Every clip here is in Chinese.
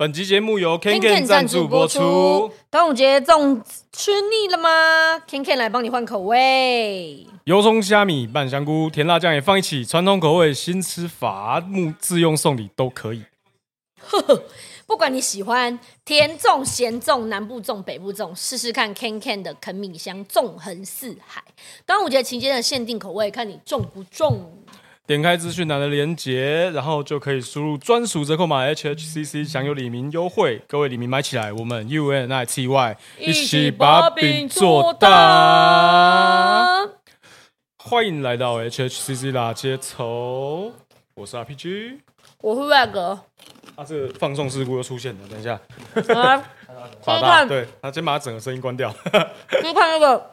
本集节目由 KenKen 赞助播出。 端午节粽吃腻了吗 ？KenKen 来帮你换口味， 油葱虾米拌香菇，甜辣酱也放一起，传统口味、新吃法、自用送礼都可以。 不管你喜欢甜粽、咸粽、南部粽、北部粽，试试看 KenKen 的肯米香纵横四海。端午节期间的限定口味，看你中不中。 点开资讯栏的连结，然后就可以输入专属折扣码 HHCC 享有礼民优惠。各位礼民买起来，我们 UNITY 一起把饼做大。欢迎来到 HHCC 啦街头，我是 RPG， 我是 Rag。 这个放送事故又出现了，等一下。 先看， 对，他先把整个声音关掉。 先看那个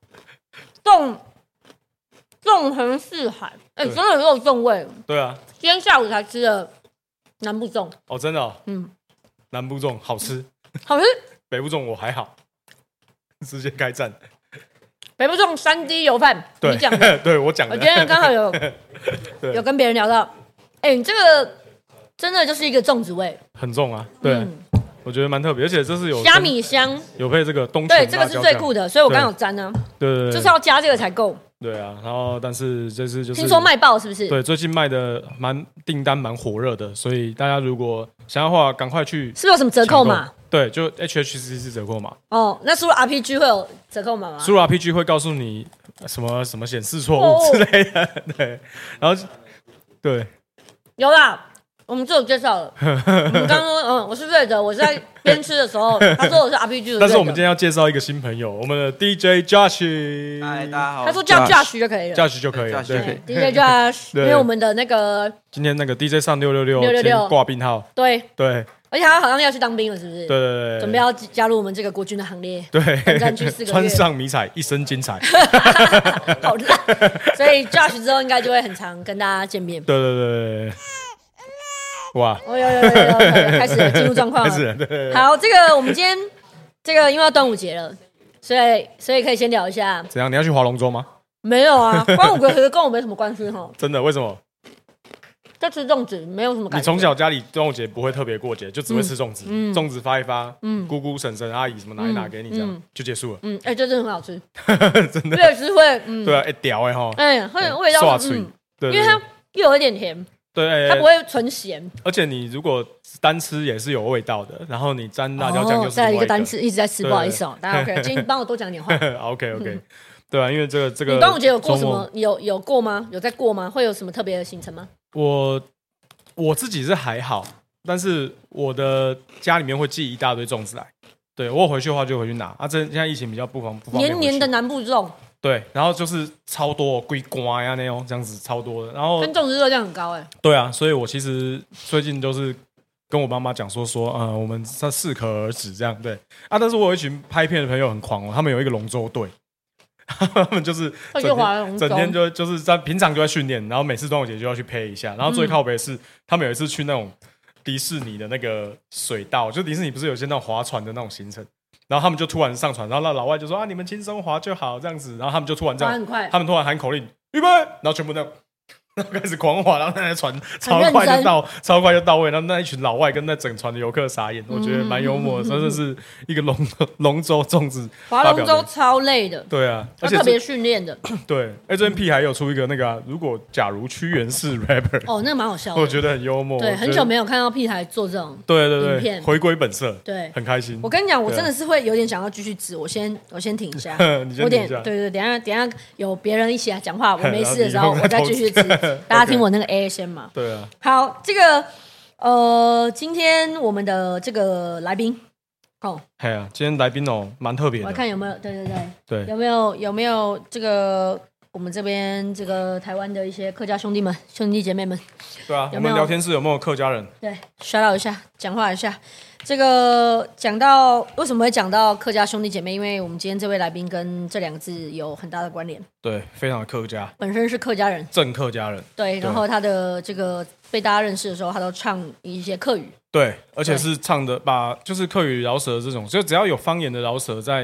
纵横四海，真的很有粽味。 对啊， 今天下午才吃的南部粽。 哦，真的哦。南部粽好吃， 好吃。 北部粽我还好，直接开战。 北部粽3D 油饭，你讲的， 对我讲的。 我今天刚好有跟别人聊到，你这个真的就是一个粽子味， 很重啊。对，我觉得蛮特别，而且这是有虾米香， 有配这个冬对，这个是最酷的，所以我刚有沾呢。 对， 就是要加这个才够。 对啊，然后但是这次就是听说卖爆是不是？ 对，最近卖的订单蛮火热的，所以大家如果想要的话，赶快去。 是不是有什么折扣码？ 对，就 HHCC 折扣码。 哦，那输入 RPG 会有折扣码吗？ 输入 RPG 会告诉你什么显示错误之类的。对，然后对， 有啦。我们就有介绍了。我们刚说，我是瑞德，我是在边吃的时候，他说我是 RPG 的。 但是我们今天要介绍一个新朋友，我们的 DJ Josh。 嗨，大家好。 他说叫 Josh 就可以了 ，Josh 就可以了。 对 ，DJ Josh， 因为我们的那个今天那个 DJ 上666挂编号。 对， 而且他好像要去当兵了，是不是？ 对， 准备要加入我们这个国军的行列。 对， 战去4个月， 穿上迷彩，一身精彩。 好烂，所以 Josh 之后应该就会很常跟大家见面。 对。哇！ 有，开始进入状况了。 开始对。 好，这个我们今天因为要端午节了，所以可以先聊一下。 怎样？你要去划龙舟吗？ 没有啊，端午节跟我没什么关系哈。 真的？为什么？ 就吃粽子，没有什么感觉。 你从小家里端午节不会特别过节，就只会吃粽子，粽子发一发，姑姑、婶婶、阿姨什么拿一拿给你，这样就结束了。 这真的很好吃， 真的。 越吃会， 对啊，屌哈， 会味道对， 因为它又有一点甜。 对， 它不会纯咸， 而且你如果单吃也是有味道的，然后你沾辣椒酱就是再一个单吃一直在吃，不好意思大家 OK， 今天帮我多讲点话。 OK， 对啊，因为这个你端午节有过什么？有过吗？有在过吗？会有什么特别的行程吗？ 我自己是还好，但是我的家里面会寄一大堆粽子来，对我回去的话就回去拿现在疫情比较不方便， 年的南部粽。 对，然后就是超多龟瓜呀那种这样子超多的，然后跟粽子热量很高对啊，所以我其实最近都是跟我妈妈讲说我们适可而止这样对但是我有一群拍片的朋友很狂他们有一个龙舟队，他们就是整天就是在平常就在训练，然后每次端午节就要去配一下，然后最靠北是他们有一次去那种迪士尼的那个水道，就迪士尼不是有些那种划船的那种行程。然后他们就突然上船，然后那老外就说你们轻松滑就好这样子，然后他们就突然这样，他们突然喊口令预备，然后全部那样，然后开始狂滑，然后那台船超快就到位，然后那一群老外跟那整船的游客傻眼，我觉得蛮幽默的，真的是一个龙舟粽子划龙舟超累的， 对啊，而且特别训练的， 对，这边屁还有出一个那个假如屈原是 rapper， 那个蛮好笑的， 我觉得很幽默， 对，很久没有看到屁孩做这种影片，回归本色， 对， 很开心。 我跟你讲，我真的是会有点想要继续指，我先停一下， 你先停一下， 对，等一下有别人一起来讲话，我没事的时候我再继续指，大家听我那个 ASM 嘛， 对啊。 好，这个今天我们的这个来宾今天来宾蛮特别的， 我看有没有对，有没有这个我们这边这个台湾的一些客家兄弟姐妹们， 对啊，我们聊天室有没有客家人？ 对 ，shout out 一下，讲话一下。这个讲到为什么会讲到客家兄弟姐妹？因为我们今天这位来宾跟这两个字有很大的关联。 对，非常的客家， 本身是客家人， 正客家人。 对，然后他的这个被大家认识的时候，他都唱一些客语。 对，而且是唱的就是客语饶舌这种，就只要有方言的饶舌在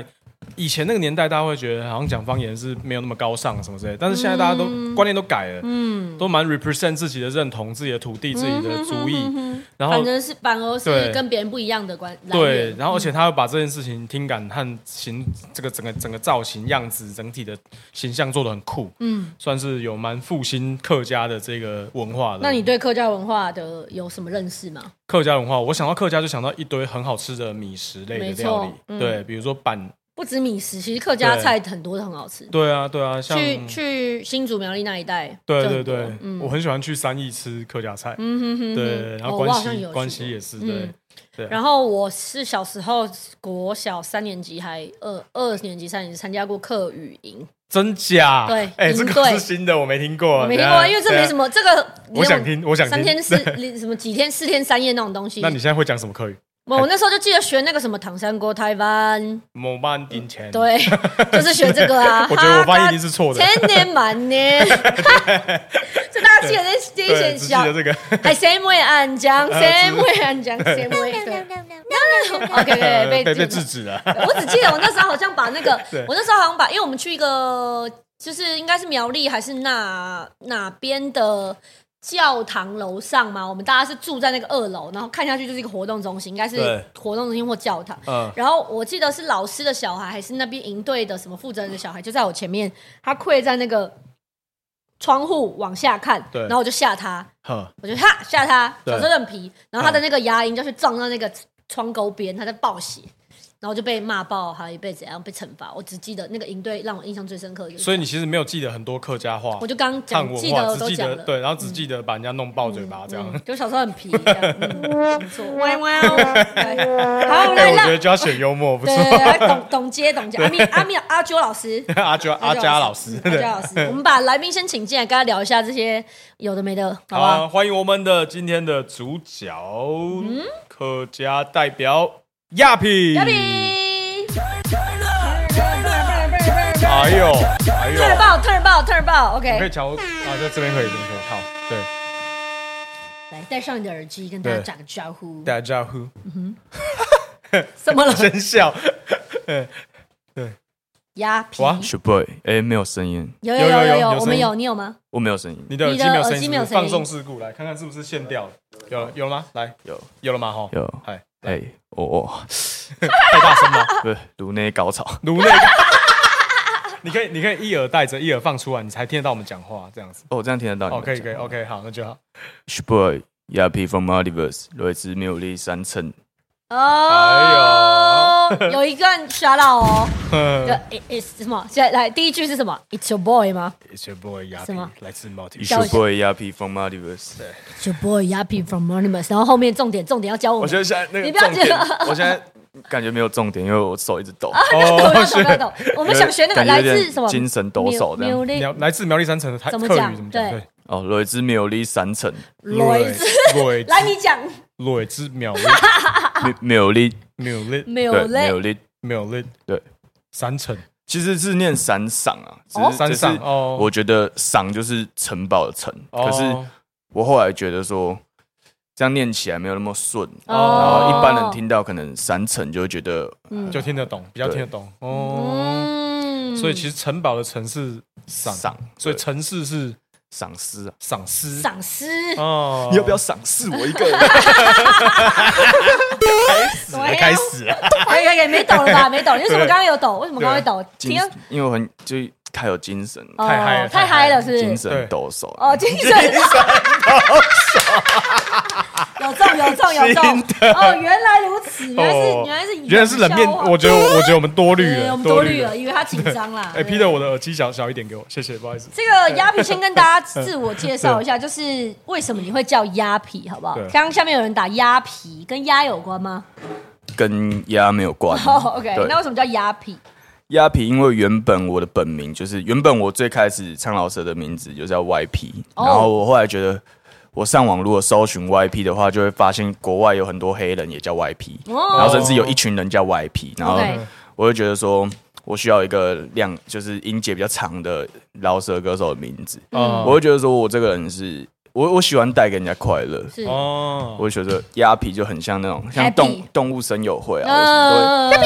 以前那个年代，大家会觉得好像讲方言是没有那么高尚什么之类的，但是现在大家都观念都改了，都蛮 represent 自己的认同、自己的土地、自己的族裔，然后反而是跟别人不一样的对，然后而且他会把这件事情听感和这个整个造型样子整体的形象做得很酷，算是有蛮复兴客家的这个文化的。 那你对客家文化的有什么认识吗？ 客家文化，我想到客家就想到一堆很好吃的米食类的料理，对，比如说不止米食，其实客家菜很多都很好吃。 对啊，像去新竹苗栗那一带， 对，我很喜欢去三义吃客家菜，对，然后关西也是，对。然后我是小时候国小3年级还2年级3年级参加过客语营。 真假？ 对， 这个是新的，我没听过。 没听过，因为这没什么。这个我想听。 3天什么几天4天3夜那种东西。 那你现在会讲什么客语？ 我那时候就记得学那个什么唐山过台湾， 某万丁钱。 对，就是学这个啊。 我觉得我发音一定是错的。 千年万年，就大家记得这一些小， 记得这个。 还谁会安讲？谁会安讲？谁会？OK， 被制止了。 我只记得我那时候好像把那个，因为我们去一个，就是应该是苗栗还是哪边的。教堂楼上嘛，我们大家是住在那个2楼，然后看下去就是一个活动中心，应该是活动中心或教堂。然后我记得是老师的小孩，还是那边营队的什么负责人的小孩，就在我前面，他跪在那个窗户往下看，然后我就吓他，我就吓他，小时候很皮，然后他的那个牙龈就去撞到那个窗钩边，他在爆血。然后就被骂爆，还有一辈子怎样被惩罚。我只记得那个营队让我印象最深刻的。 所以你其实没有记得很多客家话， 我就刚讲记得都讲了， 对，然后只记得把人家弄爆嘴巴这样。 就小时候很皮，这样没错。歪歪哦，好， 我觉得就要选幽默，不错。 董接阿啾老师， 阿佳老师， 我们把来宾先请进来，跟他聊一下这些有的没的，好吧？ 欢迎我们的今天的主角，客家代表。亚皮， 哎呦 ，turn 爆 ，OK， 可以调在这边可以，好，对， 来戴上你的耳机，跟大家打个招呼， 什么了？真笑，对， 亚皮， 哇 ，boy， 没有声音， 有，我们有，你有吗？ 我没有声音， 你的耳机没有声音，放送事故，来看看是不是线掉了，有了吗？来，有了吗？哈， 有， 太大声了， 不是颅内高潮， 你可以一耳戴着，一耳放出来，你才听得到我们讲话，这样子。 这样听得到。 可以 ，OK， 好，那就好。 boy， 亚皮 from Multiverse， 来自苗栗山城。 有一段刷到哦，什么？现在来第一句是什么 ？It's your boy 吗 ？It's your boy 亚皮，来自 Multiverse。 It's your boy 亚皮 from Multiverse。 It's your boy 亚皮 from Multiverse。然后后面重点要教我们。 我觉得现在那个重点，我现在感觉没有重点，因为我手一直抖。 抖。我们想学那个来自什么？ 精神抖擞这样。 来自苗栗山城的客语怎么讲？对。 来自苗栗山城。 来你讲。 来自苗栗。对，山城其实是念山上啊， 山上我觉得赏就是城堡的城，可是我后来觉得说这样念起来没有那么顺，然后一般人听到可能山城就会觉得就听得懂，比较听得懂所以其实城堡的城是赏，所以城市是赏识啊， 赏识哦， 你要不要赏识我一个？ 开始了， 没抖了吧？没抖，你为什么刚刚有抖？为什么刚刚会抖？ 因为我就太有精神了， 太嗨了，是不是？ 精神抖擞精神抖擞，有中，原来如此， 原来是冷面，我觉得我们多虑了， 我们多虑了，以为他紧张啦。 Peter，我的耳机小一点给我，谢谢，不好意思。 这个鸭皮先跟大家自我介绍一下，就是为什么你会叫鸭皮，好不好？刚刚下面有人打鸭皮，跟鸭有关吗？ 跟鸭没有关。 OK， 那为什么叫鸭皮？ 鸭皮，因为原本我的本名就是我最开始唱老舍的名字就叫 YP， 然后我后来觉得我上网如果搜寻 YP 的话，就会发现国外有很多黑人也叫 YP， 然后甚至有一群人叫 YP， 然后我就觉得说我需要一个就是音节比较长的饶舌歌手的名字，我会觉得说我这个人是。我喜欢带给人家快乐，我觉得鸭皮就很像那种像动物森友会啊，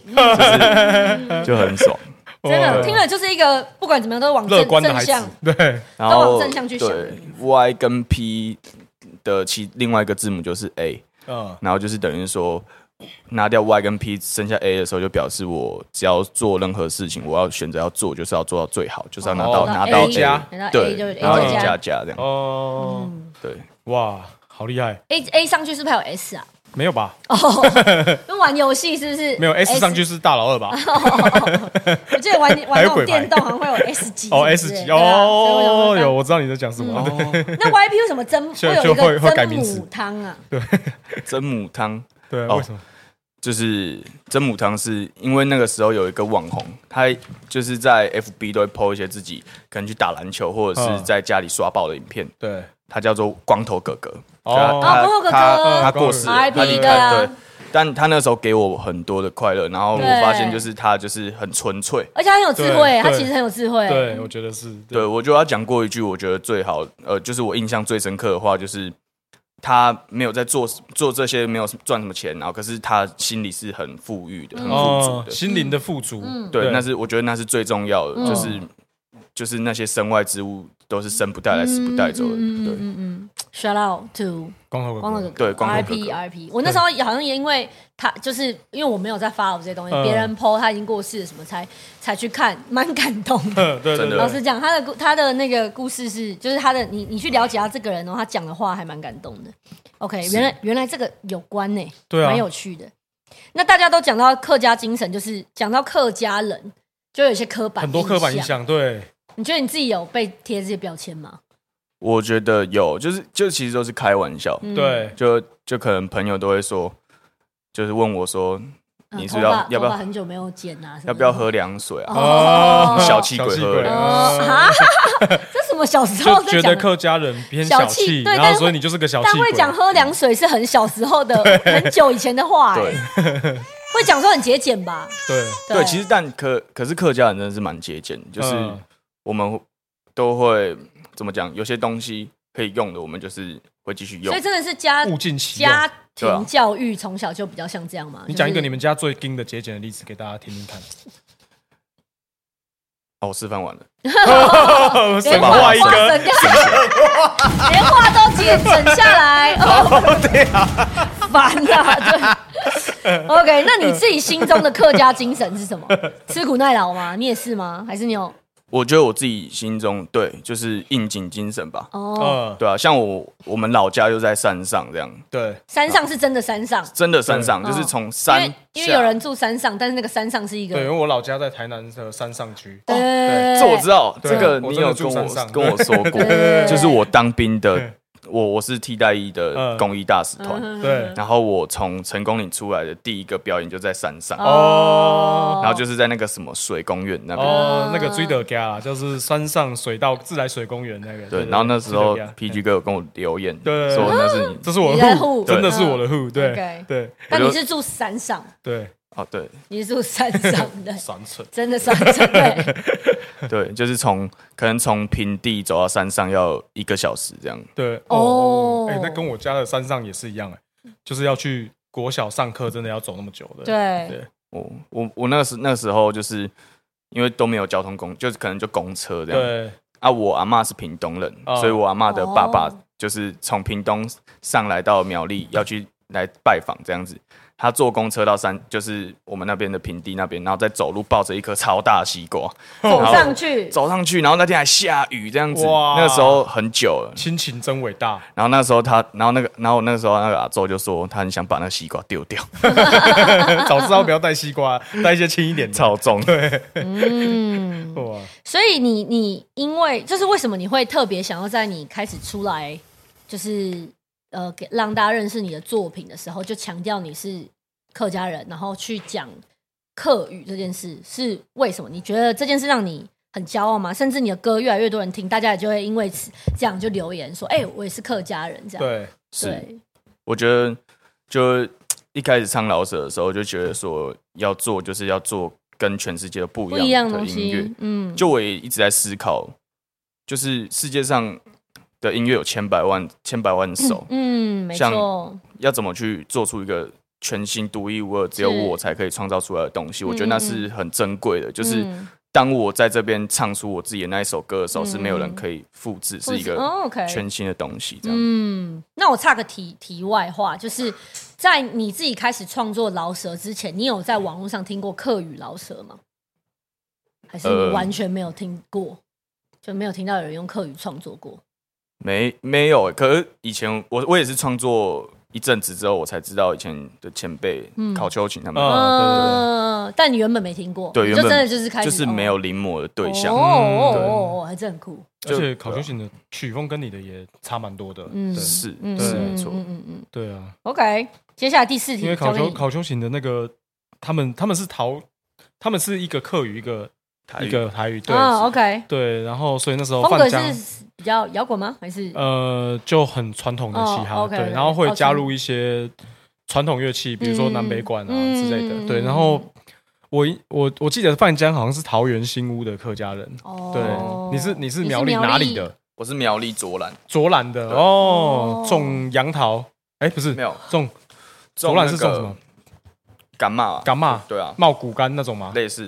就是就很爽。 真的听了就是一个不管怎么样都是往乐观的孩子正向，， 对， 然后都往正向去想的对 Y 跟 P 的另外一个字母就是 A， 然后就是等于说拿掉 Y 跟 P 剩下 A 的时候，就表示我只要做任何事情，我要选择要做，就是要做到最好，就是要拿到 A 加， 对， 就是 A 然后加加这样。 哦， 对， 哇，好厉害！ A 上去是不是还有 S 啊？ 没有吧？ 因为玩游戏是不是没有 S 上去是大佬2吧？ 我记得玩那种电动好像会有 S 级哦 S 级哦，有我知道你在讲什么。 那 YP 为什么会有一个真母汤啊？ 对， 真母汤， 对，为什么？ 就是真母汤是因为那个时候有一个网红，他就是在 FB 都会 po 一些自己可能去打篮球或者是在家里刷爆的影片。 对， 他叫做光头哥哥。 光头哥哥， 他过世了，他离开。对，但他那时候给我很多的快乐，然后我发现就是他就是很纯粹， 而且他很有智慧，他其实很有智慧。 对，我觉得是。 对，我觉得他讲过一句我觉得最好，就是我印象最深刻的话，就是他没有在做这些，没有赚什么钱，然后可是他心里是很富裕的，很富足的， 心灵的富足。 对，我觉得那是最重要的，就是那些身外之物都是生不带来，死不带走的。对 ，Shout out to 光头哥哥， 对，光头哥哥 RP。我那时候好像也因为他，就是因为我没有在 follow 这些东西，别人 po 他已经过世了什么，才去看，蛮感动的。 对， 真的。 老实讲，他的那个故事是，就是他的你去了解他这个人，然后他讲的话还蛮感动的。OK， 原来这个有关呢， 对啊， 蛮有趣的。那大家都讲到客家精神，就是讲到客家人，就有一些很多刻板印象。对， 你觉得你自己有被贴这些标签吗？ 我觉得有，就其实都是开玩笑。 对， 就可能朋友都会说，就是问我说，你是要不要很久没有剪啊？ 要不要喝凉水啊？小气鬼喝啊？这什么小时候就觉得客家人偏小气，然后所以你就是个小气鬼。 但会讲喝凉水是很小时候的，很久以前的话。对，会讲说很节俭吧？ 对，其实可是客家人真的是蛮节俭，就是我们都会怎么讲？有些东西可以用的，我们就是会继续用。 所以真的是物尽其用，家庭教育从小就比较像这样嘛。 你讲一个你们家最硬的节俭的例子给大家听听看。 我示范完了， 连话一个，连话都省下来。 对啊， 烦啊！对 ，OK， 那你自己心中的客家精神是什么？吃苦耐劳吗？你也是吗？还是你有？ 我觉得我自己心中对，就是应景精神吧。对啊，像我们老家就在山上这样。 对， 山上是真的山上， 真的山上，就是从山， 因为有人住山上，但是那个山上是一个。 对，因为我老家在台南的山上区。 对， 这我知道，这个你有跟我说过，就是我当兵的。我是替代役的公益大使团， 对， 然后我从成功岭出来的第一个表演就在山上，然后就是在那个什么水公园那边， 那个追德家啦，就是山上水道自来水公园那个， 对，然后那时候 PG 哥有跟我留言， 对， 说那是你， 这是我的户，真的是我的户，对对， 但你是住山上， 对， 对， 你是住山上的， 山城， 真的山城，对。 对，就是可能从平地走到山上要1个小时这样。 对那跟我家的山上也是一样就是要去国小上课，真的要走那么久的。 对， 我那时候就是因为都没有交通工，就是可能就公车这样。 对我阿嬷是屏东人，所以我阿嬷的爸爸就是从屏东上来到苗栗要去来拜访这样子。他坐公车到就是我们那边的平地那边，然后再走路抱着一颗超大的西瓜走上去， 然后那天还下雨这样子，那个时候很久了， 亲情真伟大。 然后那时候然后我那个时候那个阿周就说他很想把那个西瓜丢掉， 早知道不要带西瓜，带一些轻一点的， 超重。 对， 哇！所以你因为就是为什么你会特别想要在你开始出来就是让大家认识你的作品的时候，就强调你是客家人，然后去讲客语这件事，是为什么？你觉得这件事让你很骄傲吗？甚至你的歌越来越多人听，大家也就会因为此这样就留言说：“我也是客家人。”这样对， 是。我觉得就一开始唱老舍的时候，就觉得说要做就是要做跟全世界都不一样的音乐。就我也一直在思考，就是世界上的音乐有千百万首， 没错， 要怎么去做出一个全新独一无二，只有我才可以创造出来的东西，我觉得那是很珍贵的。就是当我在这边唱出我自己的那一首歌的时候，是没有人可以复制，是一个全新的东西。这样。 那我插个题外话，就是在你自己开始创作饶舌之前，你有在网络上听过客语饶舌吗？还是你完全没有听过，就没有听到有人用客语创作过？ 没有，可是以前我也是创作一阵子之后，我才知道以前的前辈考秋瑾他们。 对。但你原本没听过， 对，原本就真的就是开始就是没有临摹的对象。 还真很酷。 而且考秋瑾的曲风跟你的也差蛮多的。 是没错。 对啊。 OK， 接下来第4题， 因为考秋瑾的那个他们是一个客语一个台语，对 ，OK， 对，然后所以那时候风格是比较摇滚吗？还是就很传统的嘻哈，对，然后会加入一些传统乐器，比如说南北管啊之类的，对，然后我记得范江好像是桃园新屋的客家人，对，你是苗栗哪里的？ 我是苗栗卓兰的种杨桃，不是没有卓兰是种什么？ 柑嘛， 对啊， 茂谷柑那种吗？ 类似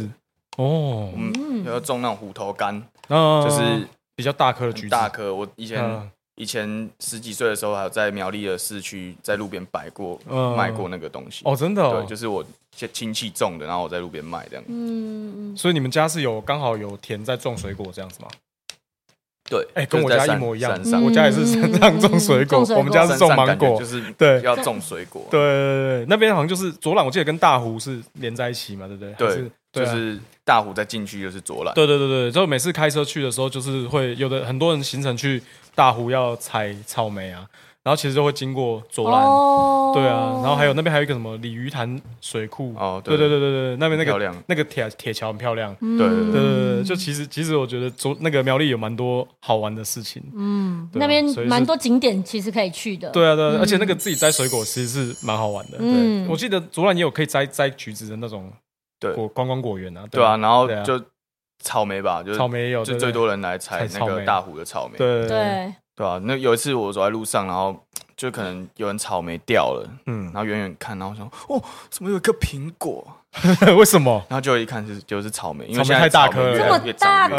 要种那种虎头柑，就是比较大颗的橘子。 大颗，我以前10几岁的时候，还有在苗栗的市区，在路边摆过卖过那个东西。 真的对，就是我亲戚种的，然后我在路边卖这样。 所以你们家是刚好有田在种水果这样子吗？ 对， 跟我家一模一样。我家也是山上种水果，我们家是种芒果， 就是对， 要种水果。 对，那边好像就是卓兰，我记得跟大湖是连在一起嘛，对不对？ 对，就是大湖再进去就是卓兰。 对，就每次开车去的时候，就是会有的很多人行程去大湖要采草莓啊，然后其实就会经过卓兰，对啊，然后还有那边还有一个什么鲤鱼潭水库，对，那边那个铁桥很漂亮，对，就其实我觉得那个苗栗有蛮多好玩的事情， 那边蛮多景点其实可以去的， 对啊，而且那个自己摘水果其实是蛮好玩的，对，我记得卓兰也有可以摘橘子的那种观光果园啊， 对啊，然后就草莓吧，就草莓也有， 就最多人来采那个大湖的草莓，对啊，那有一次我走在路上，然后就可能有人草莓掉了，然后远远看，然后说怎么有一颗苹果？ 为什么？ 然后就一看就是草莓，因为现在太大颗了， 越来越长。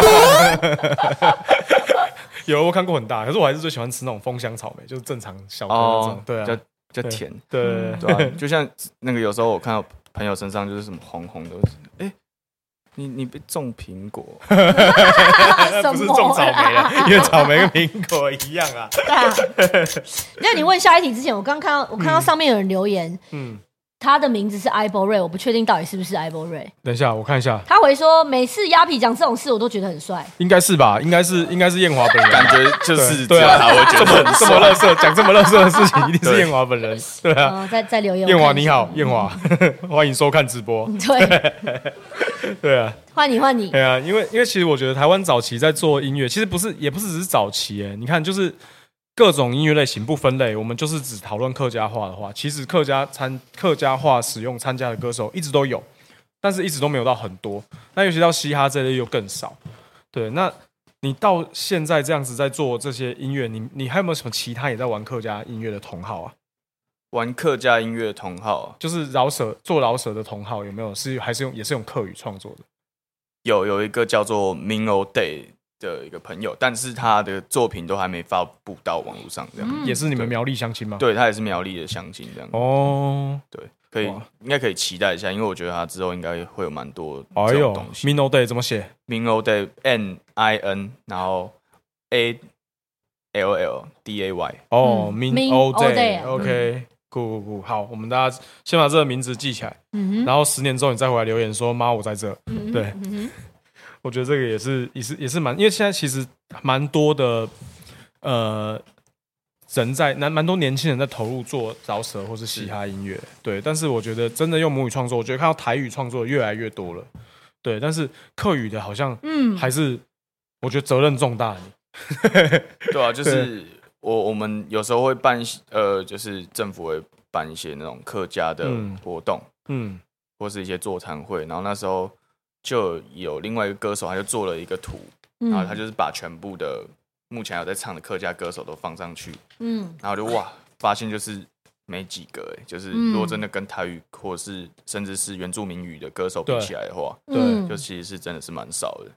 有我看过很大，可是我还是最喜欢吃那种枫香草莓，就是正常小颗那种，对啊， 比较甜， 对啊，就像那个有时候我看到朋友身上就是什么红红的，你被种苹果，不是种草莓了，因为草莓跟苹果一样啊。 对啊。那你问下一题之前，我看到上面有人留言，他的名字是 Ibo Ray， 我不确定到底是不是 Ibo Ray。等一下，我看一下。 他回说，每次鸭皮讲这种事，我都觉得很帅。 应该是吧？应该是燕华本人， 感觉就是对啊， 我觉得这么垃圾，讲这么垃圾的事情，一定是燕华本人。对啊， 在留言。 燕华你好，燕华，欢迎收看直播。 对， 对啊， 换你。 对啊，因为其实我觉得台湾早期在做音乐，其实也不是只是早期你看就是。各种音乐类型不分类，我们就是只讨论客家话的话，其实客家话使用参加的歌手一直都有，但是一直都没有到很多。那尤其到嘻哈这类又更少。对，那你到现在这样子在做这些音乐，你还有没有什么其他也在玩客家音乐的同好啊？ 玩客家音乐的同好， 就是做饶舌的同好有没有？还是也是用客语创作的？ 有一个叫做 Mingo Day。的一个朋友，但是他的作品都还没发布到网络上，这样也是你们苗栗乡亲吗？ 对，他也是苗栗的乡亲，这样对，应该可以期待一下，因为我觉得他之后应该会有蛮多这种东西。 Mingo Day 怎么写 ？Mingo Day NIN， 然后 ALLDAY。 Mingo Day，OK。酷，好，我们大家先把这个名字记起来，然后10年之后你再回来留言说妈我在这，对。我觉得这个也是蛮，因为现在其实蛮多的人蛮多年轻人在投入做饶舌或是嘻哈音乐，对。但是我觉得真的用母语创作，我觉得看到台语创作的越来越多了，对。但是客语的好像还是我觉得责任重大。 对啊，就是我们有时候会办就是政府会办一些那种客家的活动，或是一些座谈会，然后那时候。就有另外一个歌手，他就做了一个图，然后他就是把全部的目前有在唱的客家歌手都放上去，然后就发现就是没几个就是如果真的跟台语或是甚至是原住民语的歌手比起来的话， 对， 就其实是真的是蛮少的。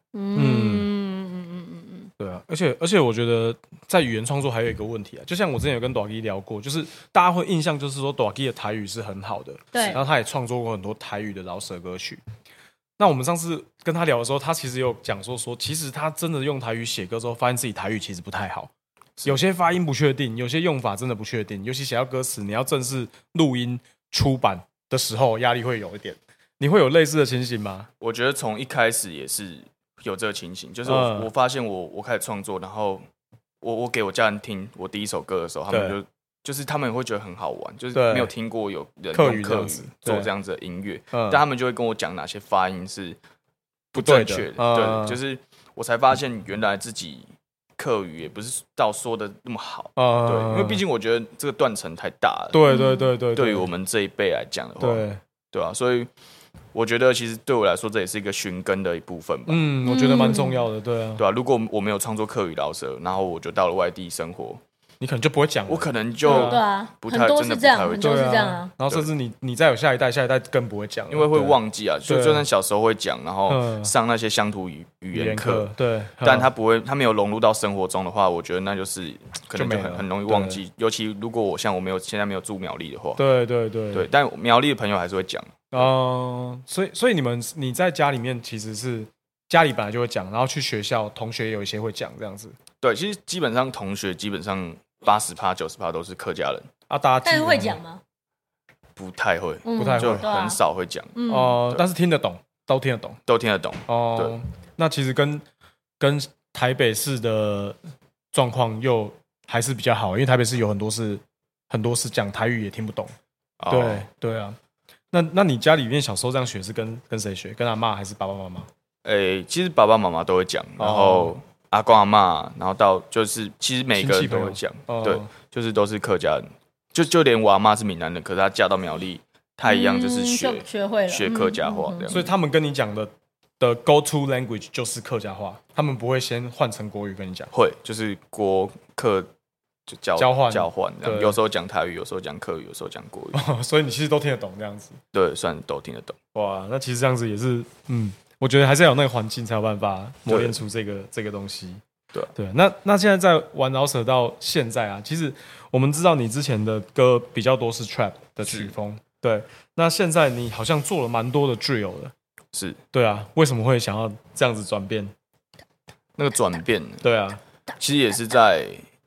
对啊，而且我觉得在语言创作还有一个问题啊，就像我之前有跟大基聊过，就是大家会印象就是说大基的台语是很好的， 对， 然后他也创作过很多台语的饶舌歌曲。那我们上次跟他聊的时候，他其实有讲说其实他真的用台语写歌之后，发现自己台语其实不太好，有些发音不确定，有些用法真的不确定，尤其写到歌词，你要正式录音出版的时候，压力会有一点。你会有类似的情形吗？ 我觉得从一开始也是有这个情形，就是我发现我开始创作，然后我给我家人听我第一首歌的时候，他们就是他们会觉得很好玩，就是没有听过有人用客语做这样子的音乐，但他们就会跟我讲哪些发音是不正确的。对，就是我才发现原来自己客语也不是到说的那么好。对，因为毕竟我觉得这个断层太大了。 对，对于我们这一辈来讲的话，对啊，所以我觉得其实对我来说这也是一个寻根的一部分吧。 我觉得蛮重要的，对啊。 如果我没有创作客语饶舌，然后我就到了外地生活， 你可能就不会讲， 我可能就对啊， 不太很多是这样， 会讲，啊。 然后甚至你再有下一代更不会讲， 因为会忘记啊。就算小时候会讲，然后上那些乡土语言课， 对， 但他没有融入到生活中的话，我觉得那就是可能就很容易忘记。尤其如果我现在没有住苗栗的话，对，但苗栗的朋友还是会讲。 所以你在家里面其实是家里本来就会讲，然后去学校同学有一些会讲这样子。 对，其实基本上同学基本上80%、90%都是客家人啊，大家但是会讲吗？ 不太会， 就很少会讲。 但是听得懂，都听得懂。对，那其实跟台北市的状况又还是比较好，因为台北市有很多是讲台语也听不懂。对啊。那你家里面小时候这样学是跟谁学？跟阿嬷还是爸爸妈妈？ 其实爸爸妈妈都会讲，然后阿公阿嬷，然后到就是其实每个人都会讲，对，就是都是客家人，就连我阿嬷是闽南人，可是她嫁到苗栗，她一样就是学会了学客家话这样。 所以他们跟你讲的 go to language 就是客家话，他们不会先换成国语跟你讲， 会就是国客。就交换这样，有时候讲台语，有时候讲客语，有时候讲国语， 所以你其实都听得懂这样子。 对，算都听得懂。 哇，那其实这样子也是，我觉得还是要有那个环境才有办法磨练出这个东西。对，那现在在玩饶舌到现在啊，其实我们知道你之前的歌比较多是 trap 的曲风，对，那现在你好像做了蛮多的 drill 的， 是， 对啊，为什么会想要这样子转变？ 那个转变， 对啊， 其实也是在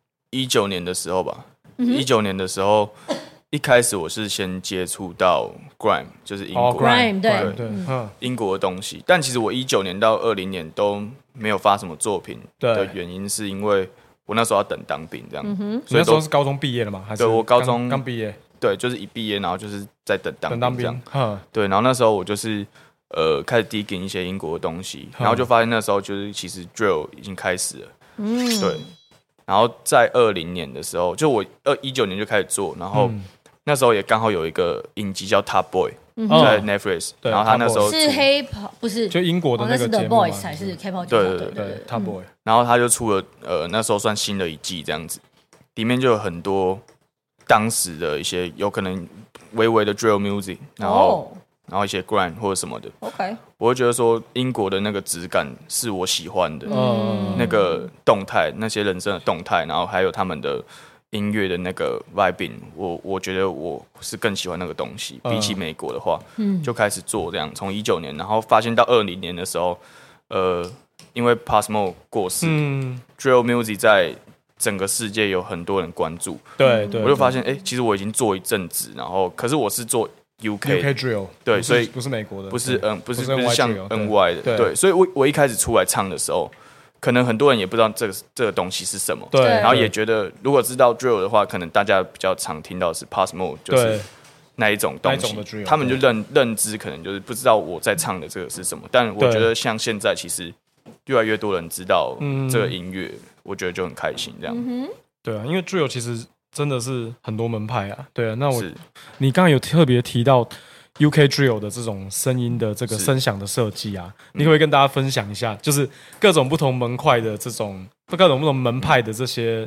19年的时候吧。19年的时候，一开始我是先接触到 grime， 就是英国 grime， 对， 英国的东西。但其实我19年到20年都没有发什么作品的原因，是因为我那时候要等当兵这样。 所以那时候是高中毕业了吗？还是对，我高中刚毕业。 对，就是一毕业，然后就是在等当兵这样。对，然后那时候我就是开始 digging 一些英国的东西，然后就发现那时候就是其实 drill 已经开始了。对。然后在20年的时候，就我19年就开始做，然后那时候也刚好有一个影集叫 Top Boy，在 Netflix，然后他那时候是黑袍，不是就英国的那个 The Boys 还是 K-pop？ 对 Top Boy， 然后他就出了那时候算新的一季这样子，里面就有很多当时的一些有可能微微的 drill music， 然后一些 grind 或者什么的 ，OK， 我会觉得说英国的那个质感是我喜欢的，那个动态，那些人生的动态，然后还有他们的音乐的那个 vibing， 我觉得我是更喜欢那个东西，比起美国的话，就开始做这样，从19年，然后发现到20年的时候，因为 Pop Smoke 过世，drill music 在整个世界有很多人关注， 对， 我就发现，其实我已经做一阵子，然后可是我是做UK drill， 对，所以不是美国的， 不是不是像 NY 的，对，所以我一开始出来唱的时候，可能很多人也不知道这个东西是什么， 对， 然后也觉得如果知道 drill 的话，可能大家比较常听到是 Pop Smoke， 就是那一种东西，他们就认知可能就是不知道我在唱的这个是什么，但我觉得像现在其实越来越多人知道这个音乐，我觉得就很开心这样， 对啊，因为 drill 其实真的是很多门派啊，对啊，那你刚刚有特别提到 UK drill 的这种声音的这个声响的设计啊，你可不可以跟大家分享一下，就是各种不同门派的这种各种不同门派的这些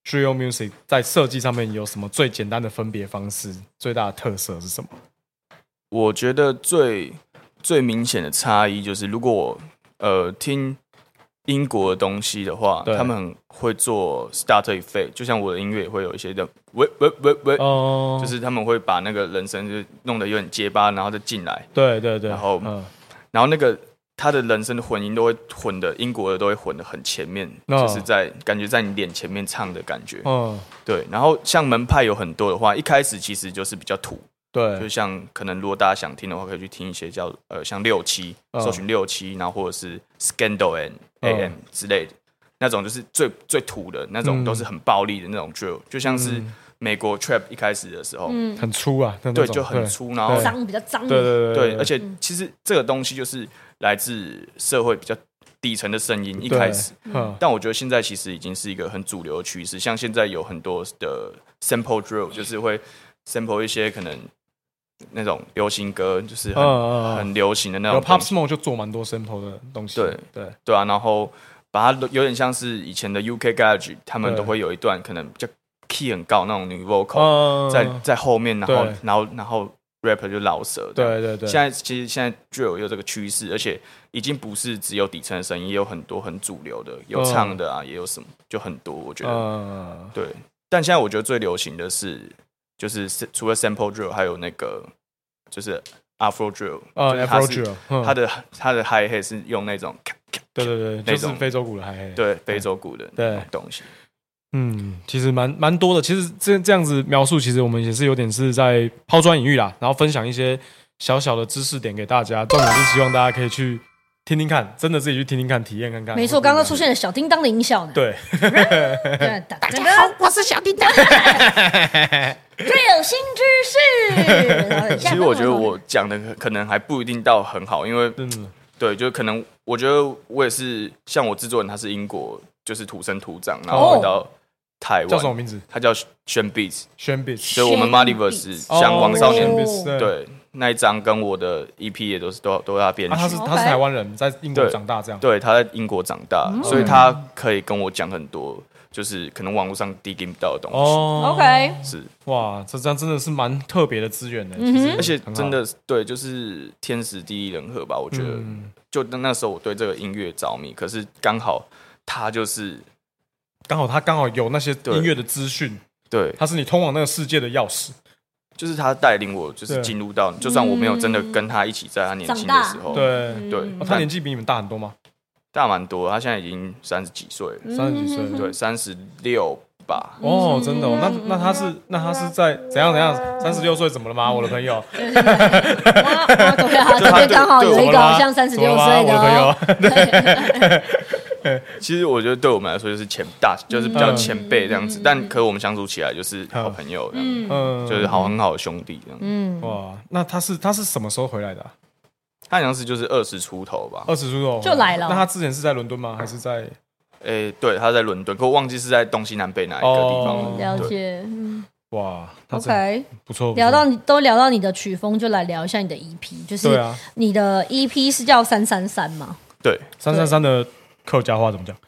Drill Music 在设计上面有什么最简单的分别方式？最大的特色是什么？ 我觉得最明显的差异就是，如果我听英国的东西的话，他们很会做 starter effect， 就像我的音乐也会有一些的喂，就是他们会把那个人声就弄得有点结巴，然后再进来。 对， 然后那个他的人声的混音都会混的，英国的都会混的很前面，就是感觉在你脸前面唱的感觉。对。然后像门派有很多的话，一开始其实就是比较土。 对， 就像可能如果大家想听的话，可以去听一些叫像67，搜寻67，然后或者是 Scandal and AM 之类的那种，就是最土的那种，都是很暴力的那种 drill，就像是美国 trap 一开始的时候， 很粗啊， 对，就很粗，然后比较脏， 对，而且其实这个东西就是来自社会比较底层的声音一开始，但我觉得现在其实已经是一个很主流的趋势，像现在有很多的 sample drill， 就是会 sample 一些可能那种流行歌，就是很流行的那种。 Pop Smoke 就做蛮多 sample 的东西。对啊， 然后把它有点像是以前的 UK Garage， 他们都会有一段可能比较 key 很高那种女 vocal，在后面，然后 rapper 就老舌。 对。 现在drill 有这个趋势，而且已经不是只有底层的声音，也有很多很主流的，有唱的啊，也有什么，就很多。我觉得，对。但现在我觉得最流行的是。就是除了 sample drill， 还有那个就是 Afro drill，Afro drill， 它的 hi hat 是用那种， 对，就是非洲鼓的 hi hat， 对，非洲鼓的那种东西。 其实蛮多的。其实这样子描述，其实我们也是有点是在抛砖引玉啦，然后分享一些小小的知识点给大家。重点是希望大家可以去听听看，真的自己去听听看，体验看看。 没错，刚刚出现了小叮当的音效呢。 对， 大家好，我是小叮当。最有新知识。 其实我觉得我讲的可能还不一定到很好，因为对，就可能我觉得我也是像我制作人，他是英国，就是土生土长，然后回到台湾。 叫什么名字？ 他叫Sean Beats， 所以我们 Multiverse 像王少年对那一张跟我的 EP 也都是他编曲。 他是台湾人，在英国长大这样。 对，他在英国长大，所以他可以跟我讲很多。就是可能网络上 digging 不到的东西。 OK， 是哇，这张真的是蛮特别的资源的， 而且真的对，就是天时地利人和吧。我觉得，就那时候我对这个音乐着迷，可是刚好他刚好有那些音乐的资讯，对，他是你通往那个世界的钥匙，就是他带领我，就是进入到，就算我没有真的跟他一起在他年轻的时候，对，他年纪比你们大很多吗？大蛮多，他现在已经30几岁了，30几岁，对，36吧。哦，真的哦，那他是在怎样？36岁怎么了吗？我的朋友。对啊，这边刚好有一个好像36岁的朋友。其实我觉得对我们来说就是就是比较前辈这样子，但可我们相处起来就是好朋友这样，就是很好的兄弟这样。哇，那他是什么时候回来的？他好像是就是20出头吧，20出头就来了。那他之前是在伦敦吗？还是在？对，他在伦敦，可我忘记是在东西南北哪一个地方了。了解，哇 ，OK， 不错。聊到你的曲风，就来聊一下你的 EP， 就是你的 EP 是叫333吗？对，333的客家话怎么讲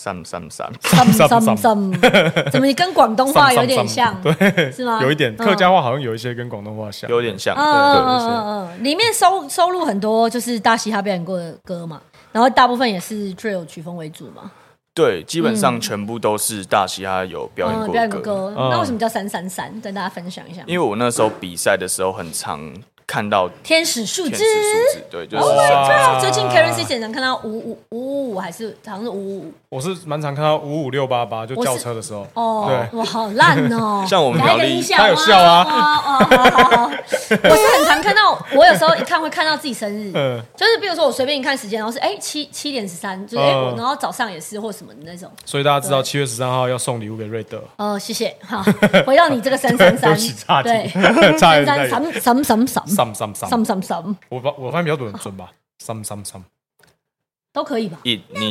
？333，怎么你跟广东话有点像？对，是吗？有一点客家话好像有一些跟广东话像，有点像。里面收录很多就是大嘻哈表演过的歌嘛，然后大部分也是 drill 曲风为主嘛。对，基本上全部都是大嘻哈有表演过的歌。那为什么叫333？跟大家分享一下。因为我那时候比赛的时候很常看到天使数字，对，就是最近 Currency 经常看到555还是好像是555，我是蛮常看到55688，就轿车的时候。哦，对，哇，好烂哦！像我们苗栗，他有笑啊。好，我是很常看到，我有时候一看会看到自己生日，就是比如说我随便一看时间，然后是7点13，就是我然后早上也是或什么的那种。所以大家知道7月13号要送礼物给瑞德。谢谢。好，回到你这个333，对，333，我发现比较多人准吧，333都可以吧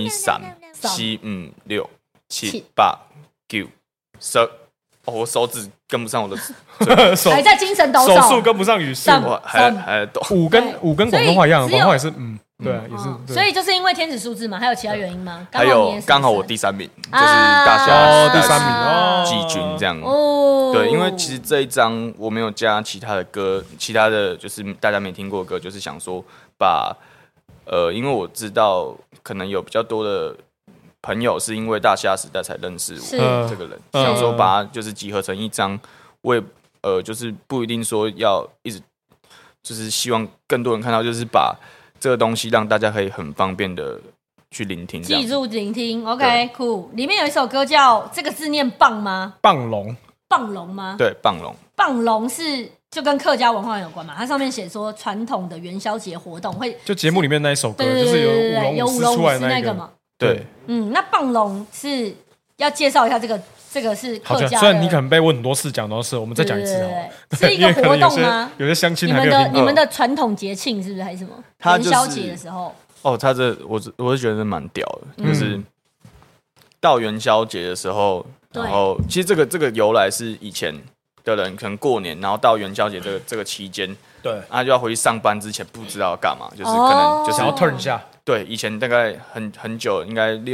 ？1、2、3、4、5、6、7、8、9、10。我手指跟不上我的还在精神抖擞，手速跟不上语速，还抖。5跟广东话一样，广东话也是对啊，也是。 所以就是因为天使数字嘛，还有其他原因吗？ 还有刚好我第3名，就是大虾第3名季军这样。 哦， 对，因为其实这一张我没有加其他的歌，其他的就是大家没听过的歌，就是想说把因为我知道可能有比较多的朋友是因为大虾时代才认识我这个人，想说把它就是集合成一张，我也就是不一定说要一直，就是希望更多人看到，就是把这个东西让大家可以很方便的去聆听， 记住聆听。OK， 酷。里面有一首歌叫这个字念棒吗？ 棒龙， 棒龙吗？ 对，棒龙。 棒龙是就跟客家文化有关嘛？它上面写说传统的元宵节活动会， 就节目里面那一首歌， 对就是有舞龙舞狮出来那个嘛。 对， 那棒龙是要介绍一下这个是客家的， 虽然你可能被问很多次讲都是，我们再讲一次是一个活动吗？ 有些乡亲还没有听过。 你们的传统节庆是不是还是什么？元宵节的时候。 他我是觉得蛮屌的，就是到元宵节的时候，然后其实这个由来是以前的人可能过年，然后到元宵节这个期间， 对， 就要回去上班之前不知道要干嘛，就是可能就是想要 turn 一下。 对，以前大概很久，应该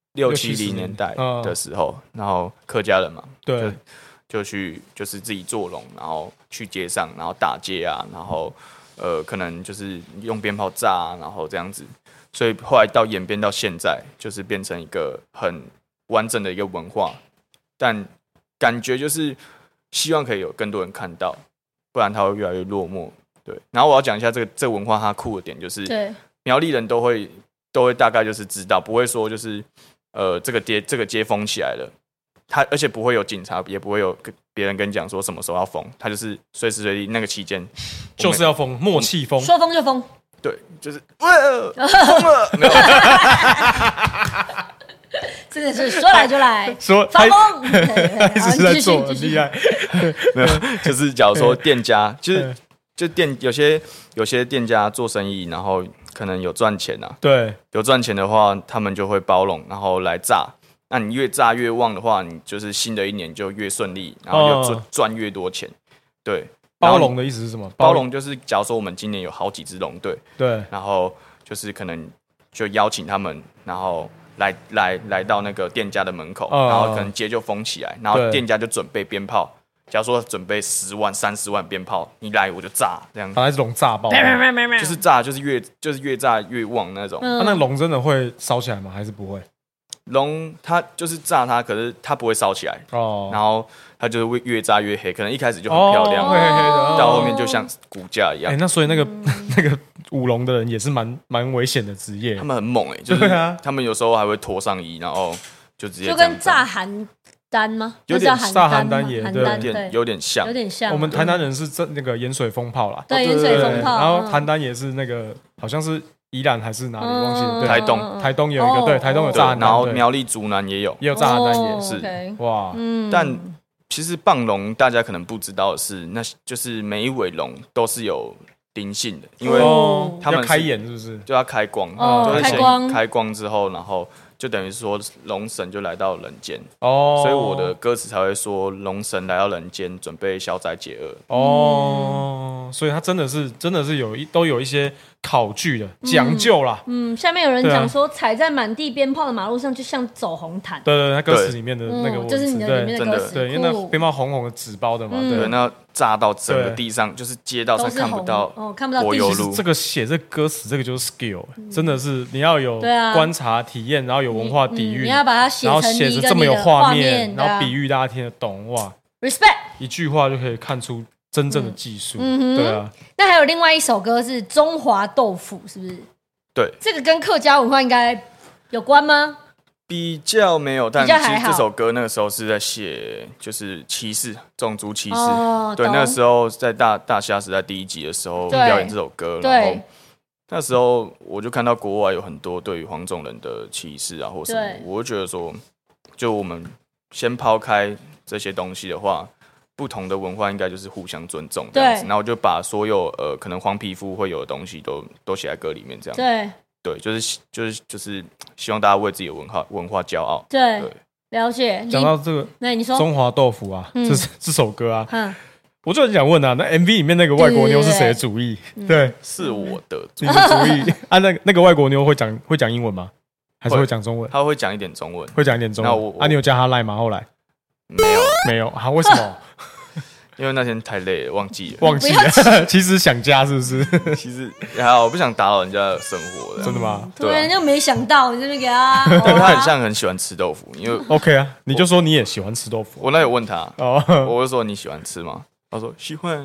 670年代的时候，然后客家人嘛， 对， 就去就是自己做龙，然后去街上，然后打街啊，然后可能就是用鞭炮炸啊，然后这样子，所以后来演变到现在，就是变成一个很完整的一个文化，但感觉就是希望可以有更多人看到，不然它会越来越落寞。对，然后我要讲一下这个文化它酷的点，就是对。 苗栗人都会大概就是知道，不会说就是这个街封起来了，而且不会有警察，也不会有别人跟你讲说什么时候要封，他就是随时随地那个期间就是要封，默契封， 说封就封。 对，就是封了，没有， 真的是说来就来， 说发疯， 一直在做，很厉害。 没有，就是假如说店家就有些店家做生意，然后可能有赚钱啊， 对， 有赚钱的话，他们就会包拢，然后来炸。那你越炸越旺的话，你就是新的一年就越顺利，然后又赚越多钱。对， 包拢的意思是什么？ 包拢就是假如说我们今年有好几支龙队， 对， 然后就是可能就邀请他们，然后来到那个店家的门口，然后可能街就封起来，然后店家就准备鞭炮。假如说准备10万、30万鞭炮，你来我就炸，这样把那只龙炸爆， 就是炸，就是越炸越旺那种。 那龙真的会烧起来吗？还是不会？ 龙它就是炸它，可是它不会烧起来哦，然后它就是会越炸越黑，可能一开始就很漂亮， 黑黑的， 到后面就像骨架一样。 那所以那个舞龙的人也是蛮危险的职业， 他们很猛就是他们有时候还会脱上衣，然后就直接就跟炸邯郸吗？ 有点炸邯郸也有点像。 我们台南人是那个盐水风炮啦， 对，盐水风炮， 然后邯郸也是那个好像是宜兰还是哪里忘记了，台东有一个，对，台东有炸邯郸， 然后苗栗竹南也有炸邯郸也是哇， 但其实棒龙大家可能不知道的是，那就是每一尾龙都是有灵性的，因为他们要开眼是不是？ 就要开光，就是先开光之后，然后就等于说龙神就来到人间所以我的歌词才会说龙神来到人间，准备消灾解厄所以他真的是都有一些考据的讲究啦。 下面有人讲说，踩在满地鞭炮的马路上，就像走红毯。 对，那歌词里面的那个， 就是你的里面的歌词， 对，因为那鞭炮红红的纸包的嘛，对， 那炸到整个地上，就是街道上看不到柏油路。 这个写这歌词，这个就是 skill， 真的是你要有观察体验，然后有文化底蕴， 你要把它写成这么有画面，然后比喻大家听得懂，哇 ，respect， 一句话就可以看出真正的技术，对啊。 那还有另外一首歌是中华豆腐，是不是？ 对， 这个跟客家文化应该有关吗？ 比较没有，但其实这首歌那个时候是在写就是歧视，种族歧视。对，那个时候在大虾时代第1集的时候表演这首歌，然后那时候我就看到国外有很多对于黄种人的歧视啊或什么，我就觉得说，就我们先抛开这些东西的话，不同的文化应该就是互相尊重这样子。然后我就把所有可能黄皮肤会有的东西都写在歌里面这样。对，就是希望大家为自己的文化骄傲。 对，了解。 讲到这个， 那你说中华豆腐啊，这首歌啊， 我就很想问啊，那 MV 里面那个外国妞是谁的主意？对， 是我的主你的主意啊。那个外国妞会讲英文吗？还是会讲中文？ 他会讲一点中文， 会讲一点中文。啊，你有加他 line 吗？后来没有啊？为什么？ 因为那天太累了，忘记了。其实想加是不是？ 其实还好，我不想打扰人家的生活。 真的吗？ 对，就没想到你这边给他。 他很像很喜欢吃豆腐，因为 OK 啊，你就说你也喜欢吃豆腐。 我那有问他，我就说你喜欢吃吗？他说喜欢。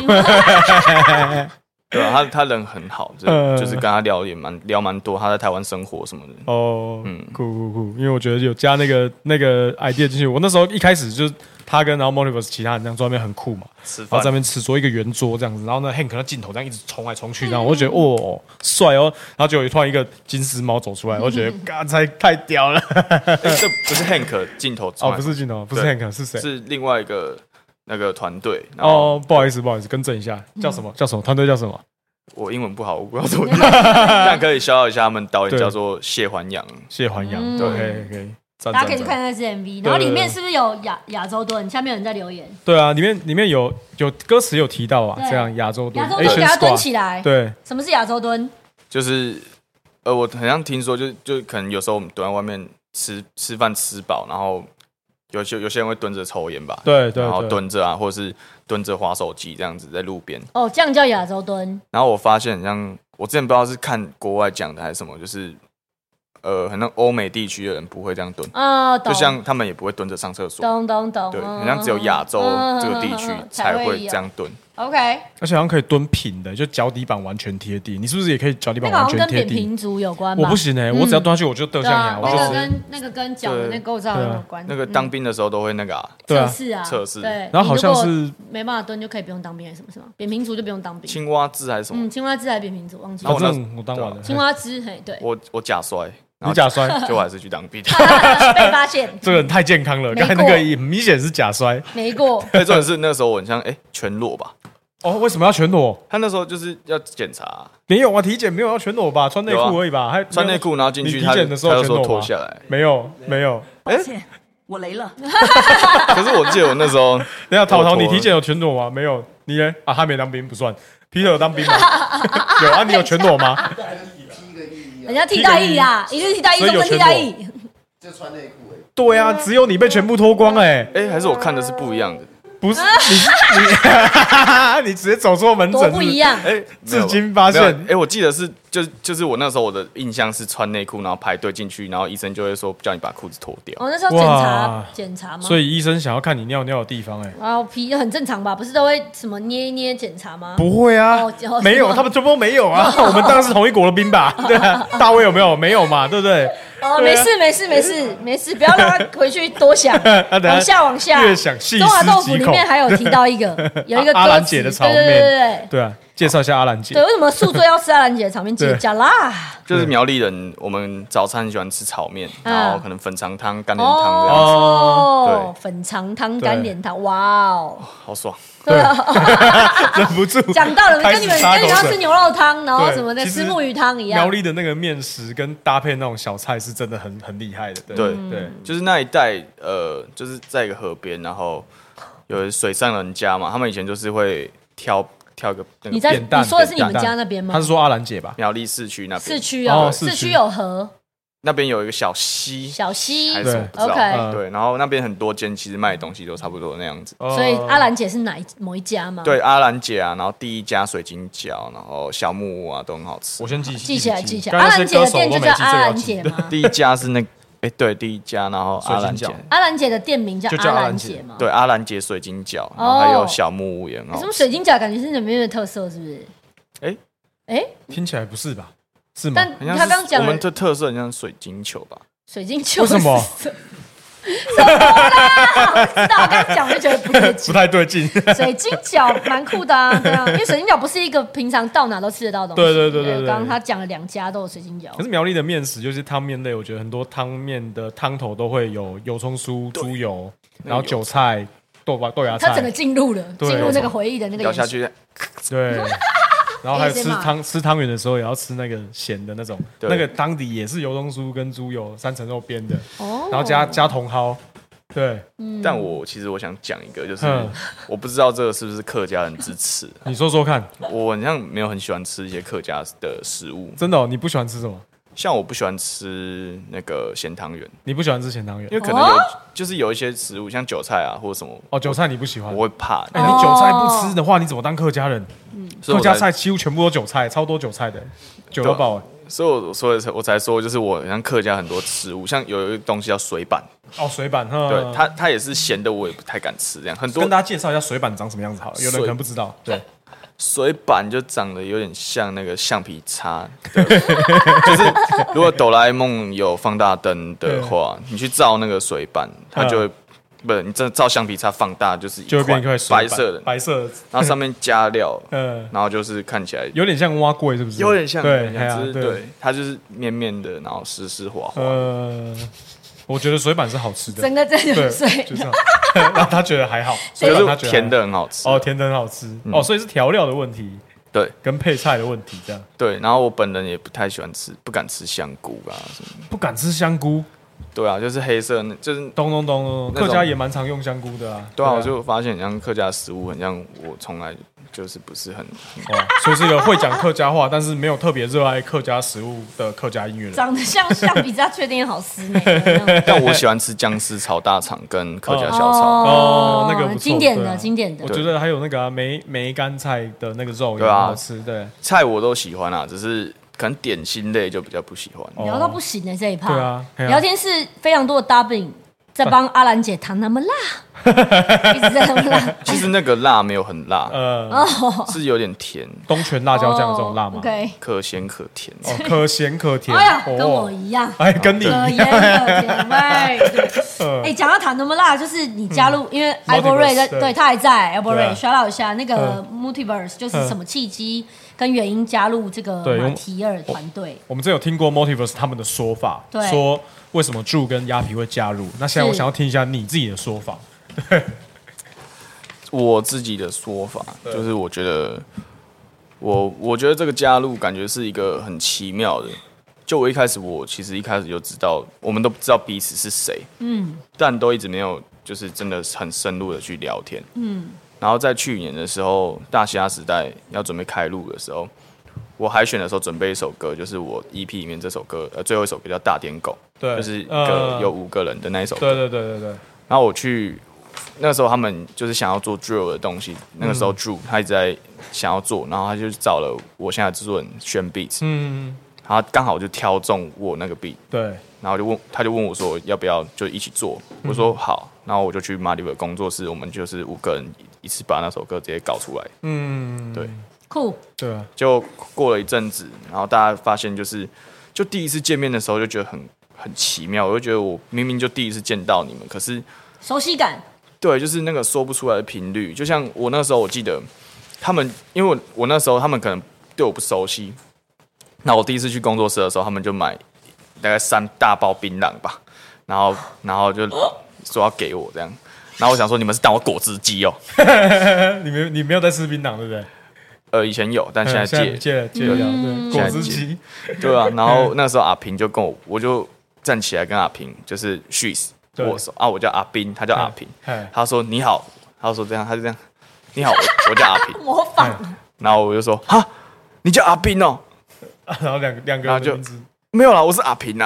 对啊，他人很好，就是跟他聊蛮多，他在台湾生活什么的。 酷，因为我觉得有加那个 idea 进去，我那时候一开始就是他跟然后 Motivus 其他人这样坐那边很酷嘛，然后在那边吃坐一个圆桌这样子，然后呢 Hank 那镜头这样一直冲来冲去，然后我就觉得帅哦，然后就突然一个金丝猫走出来，我觉得刚才太屌了。 这不是 Hank 镜头不是镜头，不是 Hank 是谁？ 是另外一个。那个团队不好意思，更正一下，叫什么团队叫什么？ 我英文不好，我不知道怎么念，但可以消耗一下他们导演叫做谢环阳， 对，可以， 大家可以去看那支 MV， 然后里面是不是有亚洲蹲？下面有人在留言。 对啊，里面有歌词有提到啊，这样亚洲蹲， 给他蹲起来。 对， 什么是亚洲蹲？ 就是我好像听说，就可能有时候我们蹲在外面吃饭吃饱，然后。有些人会蹲着抽烟吧， 对， 然后蹲着啊，或者是蹲着滑手机这样子在路边。 这样叫亚洲蹲。 然后我发现，很像我之前不知道是看国外讲的还是什么，就是很像欧美地区的人不会这样蹲就像他们也不会蹲着上厕所。 懂。 对，好像只有亚洲这个地区才会这样蹲。 OK， 而且好像可以蹲平的，就脚底板完全贴地。你是不是也可以脚底板完全贴地？ 那个好像跟扁平足有关吧？ 我不行我只要蹲下去我就得象牙。 那个跟脚的那个构造有关。 那个当兵的时候都会那个测试。对， 然后好像是没办法蹲就可以不用当兵还是什么是吗？扁平足就不用当兵。 青蛙姿还是什么？ 青蛙姿还是扁平足忘记了。 反正我当完了。 青蛙姿，对。 我假摔。 你假摔， 就我还是去当兵， 被发现。 这个人太健康了，刚才那个明显是假摔， 没过。 重点是那个时候我很像全裸吧？ 为什么要全裸？ 他那时时候就是要检查， 没有啊，体检没有要全裸吧？穿内裤而已吧？还穿内裤，然后进去， 体检的时候他就说脱下来， 没有。 抱歉，我雷了。 可是我记得我那时候， 等下淘，你体检有全裸吗？没有，你呢？他没当兵不算。Peter 有当兵吗？有啊，你有全裸吗？ 人家替代役啊，一定是替代役，中跟替代役， 就穿内裤对啊，只有你被全部脱光还是我看的是不一样的。 不是你直接走错门诊， 多不一样。 至今发现， 我记得是就是我那时候我的印象是穿内裤，然后排队进去，然后医生就会说叫你把裤子脱掉。 那时候检查吗？ 所以医生想要看你尿尿的地方皮很正常吧？不是都会什么捏一捏检查吗？ 不会啊，没有，他们全部都没有啊。我们当然是同一国的兵吧？对啊，大卫有没有？没有嘛，对不对？ 没事，不要让他回去多想，往下， 越想细思极恐。 中华豆腐里面还有提到有一个阿兰姐的炒面，对啊，介绍一下阿兰姐。 对，为什么宿醉要吃阿兰姐的炒面？姐加辣， 就是苗栗人，我们早餐喜欢吃炒面，然后可能粉肠汤、干莲汤这样子。 对，粉肠汤、干莲汤，哇哦， 好爽。 对啊， 忍不住讲到了，跟你们要吃牛肉汤，然后什么的吃木鱼汤一样。 苗栗的那个面食跟搭配那种小菜是真的很厉害的。 对，就是那一带，就是在一个河边，然后有水上人家嘛，他们以前就是会挑一个那个扁担。你说的是你们家那边吗？ 他是说阿兰姐吧？ 苗栗市区那边。 市区哦，市区有河。 那边有一个小溪还是什么不知道。对，然后那边很多间其实卖的东西都差不多那样子。 所以阿兰姐是某一家吗？ 对，阿兰姐啊，然后第一家水晶饺，然后小木屋啊都很好吃。 我先记起来。 阿兰姐的店就叫阿兰姐吗？ 第一家是那对，第一家，然后阿兰姐。 阿兰姐的店名叫阿兰姐吗？ 对，阿兰姐水晶饺，然后还有小木屋也很好吃。 什么水晶饺感觉是那边的特色，是不是？ 听起来不是吧？是吗？ 但他刚讲我们的特色很像水晶球吧？ 水晶球为什么？ 什么啦？我知道，我刚刚讲我就觉得不太对劲。 水晶饺蛮酷的啊，对啊，因为水晶饺不是一个平常到哪都吃得到的东西。对。刚刚他讲了2家都有水晶饺。 可是苗栗的面食就是汤面类，我觉得很多汤面的汤头都会有油葱酥、猪油，然后韭菜、豆芽菜。 他整个进入那个回忆的那个咬下去。 对。然后还有吃汤圆的时候，也要吃那个咸的那种，那个汤底也是油葱酥跟猪油3层肉煸的，然后加茼蒿， 对， 但其实我想讲一个，就是我不知道这个是不是客家人支持。 你说说看。 我好像没有很喜欢吃一些客家的食物。 真的你不喜欢吃什么？ 像我不喜欢吃那个咸汤圆。 你不喜欢吃咸汤圆？ 因为可能就是有一些食物，像韭菜啊或者什么。 韭菜你不喜欢？ 我会怕。 你韭菜不吃的话，你怎么当客家人？客家菜几乎全部都韭菜，超多韭菜的，韭到爆。 所以我才说，就是我像客家很多食物，像有一个东西叫水板。 水板， 对，它也是咸的，我也不太敢吃。这样很多跟大家介绍一下水板长什么样子好了，有人可能不知道。对。 水板就长得有点像那个橡皮擦，就是如果哆啦 A 梦有放大灯的话，你去照那个水板，它就会不是你真的照橡皮擦放大，就是就会变一块白色的，然后上面加料，然后就是看起来有点像蛙桂，是不是？ 有点像， 对， 它就是绵绵的，然后湿湿滑滑。 我觉得水板是好吃的， 整个就是水， 就这样。让他觉得还好， 就是甜的很好吃。 甜的很好吃。所以是调料的问题， 对， 跟配菜的问题这样。 对，然后我本人也不太喜欢吃，不敢吃香菇啊什么。 不敢吃香菇。 对啊，就是黑色，就是咚，客家也蛮常用香菇的啊。 对啊，我就发现很像客家食物，很像我从来就是不是很所以是一个会讲客家话，但是没有特别热爱客家食物的客家音乐人。 长得像橡皮擦，确定好吃呢。 但我喜欢吃姜丝炒大肠跟客家小炒。 那个不错， 经典的。 我觉得还有那个梅干菜的那个肉也很好吃。对， 菜我都喜欢啊，只是可能点心类就比较不喜欢。 聊到不行的这一趴。 对啊， 聊天室非常多的 dubbing 在帮阿兰姐谈那么辣，一直在那么辣。 其实那个辣没有很辣，是有点甜。 东泉辣椒酱这种辣吗？ 可咸可甜。 可咸可甜。 哎呀，跟我一样。 跟你一样。 可盐可甜味。讲到谈那么辣，就是你加入，因为艾博瑞对他还在，艾博瑞 shout out 一下那个 Multiverse， 就是什么契机跟原因加入这个马提尔团队。 我们之前有听过 Multiverse 他们的说法，说为什么 Drew 跟鸭皮会加入。那现在我想要听一下你自己的说法。 我自己的说法就是，我觉得这个加入感觉是一个很奇妙的。就我其实一开始就知道，我们都不知道彼此是谁，但都一直没有就是真的很深入的去聊天，然后在去年的时候，大嘻哈时代要准备开录的时候，我海选的时候准备一首歌，就是我 EP 里面这首歌，最后一首歌叫《大点狗》，就是一个有5个人的那一首歌。对。然后我去那个时候，他们就是想要做 drill 的东西，那个时候 Drew 他一直在想要做，然后他就找了我现在的制作人宣 beats，然后刚好就挑中我那个 beat， 对， 然后他就问我说要不要就一起做，我说好，然后我就去马里的工作室，我们就是5个人一次把那首歌直接搞出来，对， 酷， 对啊， 就过了一阵子，然后大家发现就第一次见面的时候就觉得很奇妙，我就觉得我明明就第一次见到你们，可是熟悉感， 对，就是那个说不出来的频率，就像我那时候我记得他们，因为我那时候他们可能对我不熟悉。那我第一次去工作室的时候，他们就买大概3大包槟榔吧，然后就说要给我这样，然后我想说你们是当我果汁机哦， 你没有在吃槟榔对不对？以前有，但现在戒了， 果汁机， 对啊。然后那时候阿平就跟我就站起来跟阿平就是 shoes 握手啊，我叫阿斌，他叫阿平，他说你好，他说这样，他就这样，你好，我叫阿平， 模仿， 然后我就说哈，你叫阿斌哦。 然后两个人的名字没有啦，我是阿平呐。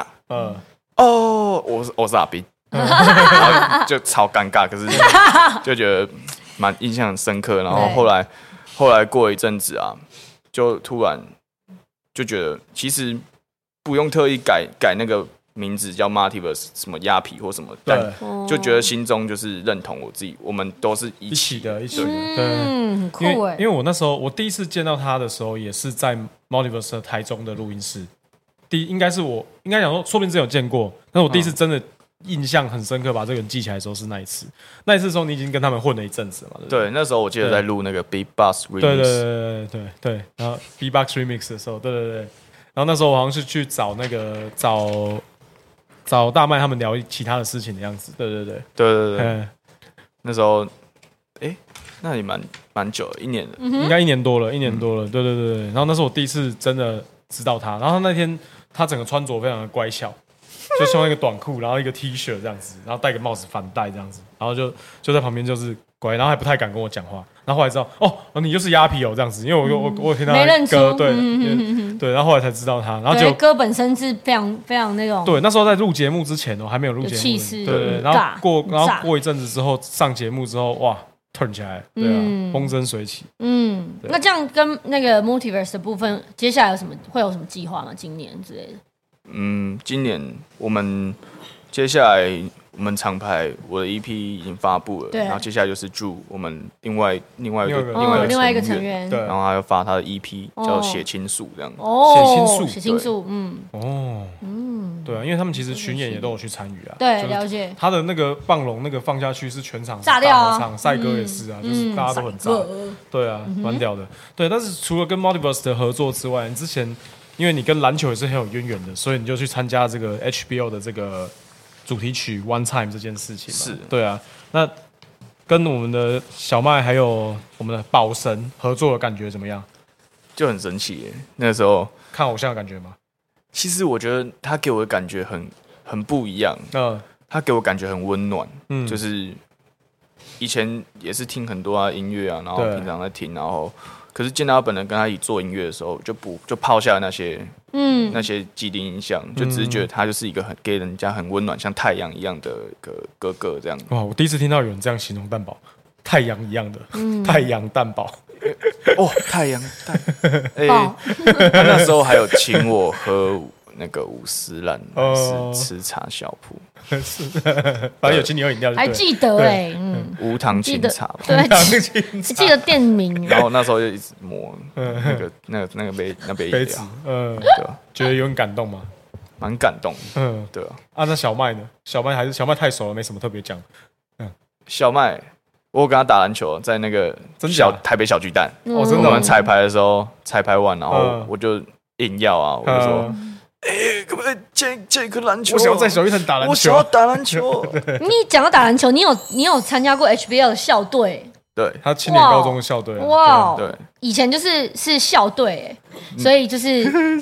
我是阿斌，然后就超尴尬，可是就觉得蛮印象很深刻。然后后来过一阵子啊，就突然就觉得其实不用特意改那个名字叫 Multiverse 什么鸭皮或什么，但就觉得心中就是认同我自己，我们都是一起的， 对，很酷哎。因为我那时候我第一次见到他的时候，也是在 Multiverse 台中的录音室。应该讲说，说不定之前有见过，但是我第一次真的印象很深刻，把这个人记起来的时候是那一次。那一次的时候，你已经跟他们混了一阵子了嘛？对， 那时候我记得在录那个 B-Box Remix， 对，然后 B-Box Remix 的时候，对，然后那时候我好像是去找找大麦他们聊其他的事情的样子，对， 那时候，那也蛮久了，1年了， 应该1年多了，对。然后那是我第一次真的知道他，然后那天他整个穿着非常的乖巧， 就穿一个短裤，然后一个 T 恤这样子，然后戴个帽子反戴这样子，然后就在旁边就是乖，然后还不太敢跟我讲话。然后后来知道你就是鸭皮这样子，因为我听他没认出歌，对，然后后来才知道他，然后就歌本身是非常非常那种， 对，那时候在录节目之前还没有录节目， 气势， 对，然后过一阵子之后上节目之后，哇，turn 起来，对啊，风生水起， 那这样跟那个 Multiverse 的部分，接下来会有什么计划吗？今年之类的？ 今年我们接下来我们厂牌我的 EP 已经发布了，然后接下来就是 Drew 我们另外一个成员， 对， 然后他要发他的 EP 叫血清素这样子， 血清素， 对啊，因为他们其实巡演也都有去参与啊， 对，了解。 他的那个棒龙那个放下去是全场炸掉啊， 赛哥也是啊，就是大家都很炸，对啊，蛮屌的，对。但是除了跟 Multiverse 的合作之外，之前因为你跟篮球也是很有渊源的，所以你就去参加这个 HBO 的这个主题曲 One Time 这件事情嘛， 是对啊。那跟我们的小麦还有我们的宝神合作的感觉怎么样？ 就很神奇耶。那时候看偶像的感觉吗？ 其实我觉得他给我的感觉很不一样，他给我感觉很温暖，就是以前也是听很多音乐啊，然后平常在听，然后可是见到他本人跟他一起做音乐的时候，就抛下那些既定印象，就只是觉得他就是一个给人家很温暖，像太阳一样的一个哥哥这样。 哇，我第一次听到有人这样形容蛋堡，太阳一样的，太阳蛋堡。 太阳蛋，他那时候还有请我喝那个五十兰，吃茶小铺， 反正有请你喝饮料， 还记得无糖清茶， 对，记得店名。 然后那时候就一直摸那个杯子，对吧？ 觉得有点感动吗？ 蛮感动，对啊。 那小麦呢？小麦太熟了，没什么特别讲。 小麦。我有跟他打篮球，在那个台北小巨蛋， 真的。 我们彩排的时候，彩排完，然后我就硬要啊，我就说，可不可以借一颗篮球？ 我想要在小巨蛋打篮球。 我想要打篮球。 你讲到打篮球，你有参加过 HBL 的校队？ 对， 他青年高中的校队。 哇， 对， 以前是校队，所以就是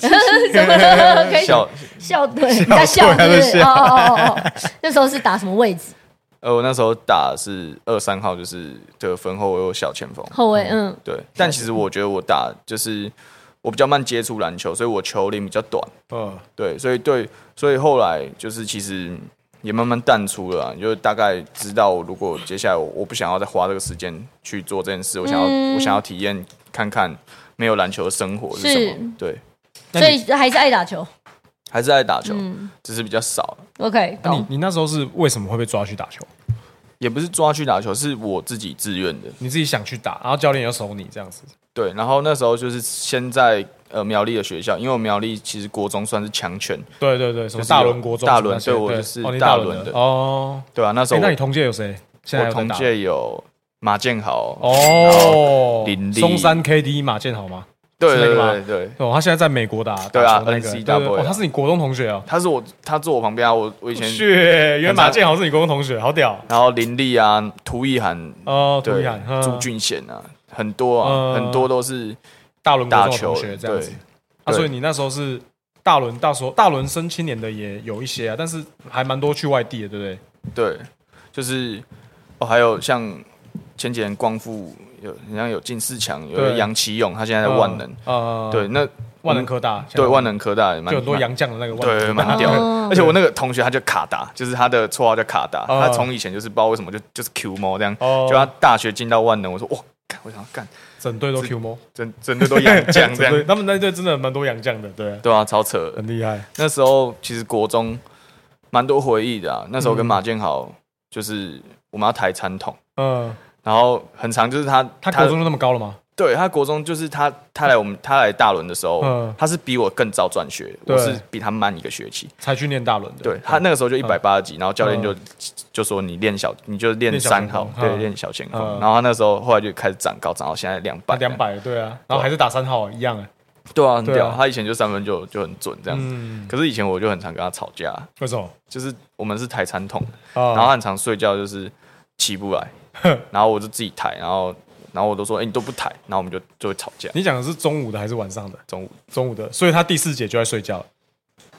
校队，你在校是那时候是打什么位置？ 我那时候打的是23号，就是得分后卫或小前锋。 后卫， 对。但其实我觉得我打就是我比较慢接触篮球，所以我球龄比较短。对，所以后来就是其实也慢慢淡出了，就大概知道如果接下来我不想要再花这个时间去做这件事，我想要体验看看没有篮球的生活是什么。对， 所以还是爱打球。 还是爱打球，只是比较少。 OK， 你那时候是为什么会被抓去打球？ 也不是抓去打球，是我自己自愿的。 你自己想去打，然后教练又收你这样子。 对，然后那时候就是先在苗栗的学校，因为我苗栗其实国中算是强权。 对，什么大伦国中、 大伦，对我就是大伦的。对啊，那时候那你同届有谁？ 我同届有马建豪，林立、 松山 KD 马建豪吗？ 对， 他现在在美国打， 对啊 ，NCAA，他是你国中同学啊？ 他坐我旁边啊，我以前原来马建豪是你国中同学，好屌。 然后林立啊，涂义涵， 涂义涵， 朱俊贤啊，很多都是大伦国中同学这样子。所以你那时候是大伦升青年的也有一些啊，但是还蛮多去外地的，对不对？ 对，就是还有像前几年光复。好像有进4强，有杨奇勇，他现在在万能，对，那万能科大， 对，万能科大就很多洋将的那个， 对，蛮屌的。而且我那个同学他叫卡达，就是他的绰号叫卡达，他从以前就是不知道为什么就是 Q 猫这样，就他大学进到万能，我说哇，我想要干， 整队都 Q 猫， 整队都洋将这样， 他们那队真的蛮多洋将的，对啊，超扯， 很厉害。 那时候其实国中蛮多回忆的啊，那时候跟马建豪就是我们要抬餐桶，然后很长，就是他国中就那么高了吗？ 对，他国中就是他来大伦的时候，他是比我更早转学，我是比他慢1个学期才去念大伦的。 对，他那个时候就180几，然后教练就说你就练3号，对，练小前锋。然后他那时候后来就开始长高，长到现在200， 对啊，然后还是打3号一样。 对啊，很屌。他以前就3分就很准这样子，可是以前我就很常跟他吵架。 为什么？ 就是我们是抬餐桶，然后他很常睡觉就是起不来。然后我就自己抬，然后我都说，你都不抬，然后我们就会吵架。 你讲的是中午的还是晚上的？ 中午的，所以他第4节就在睡觉。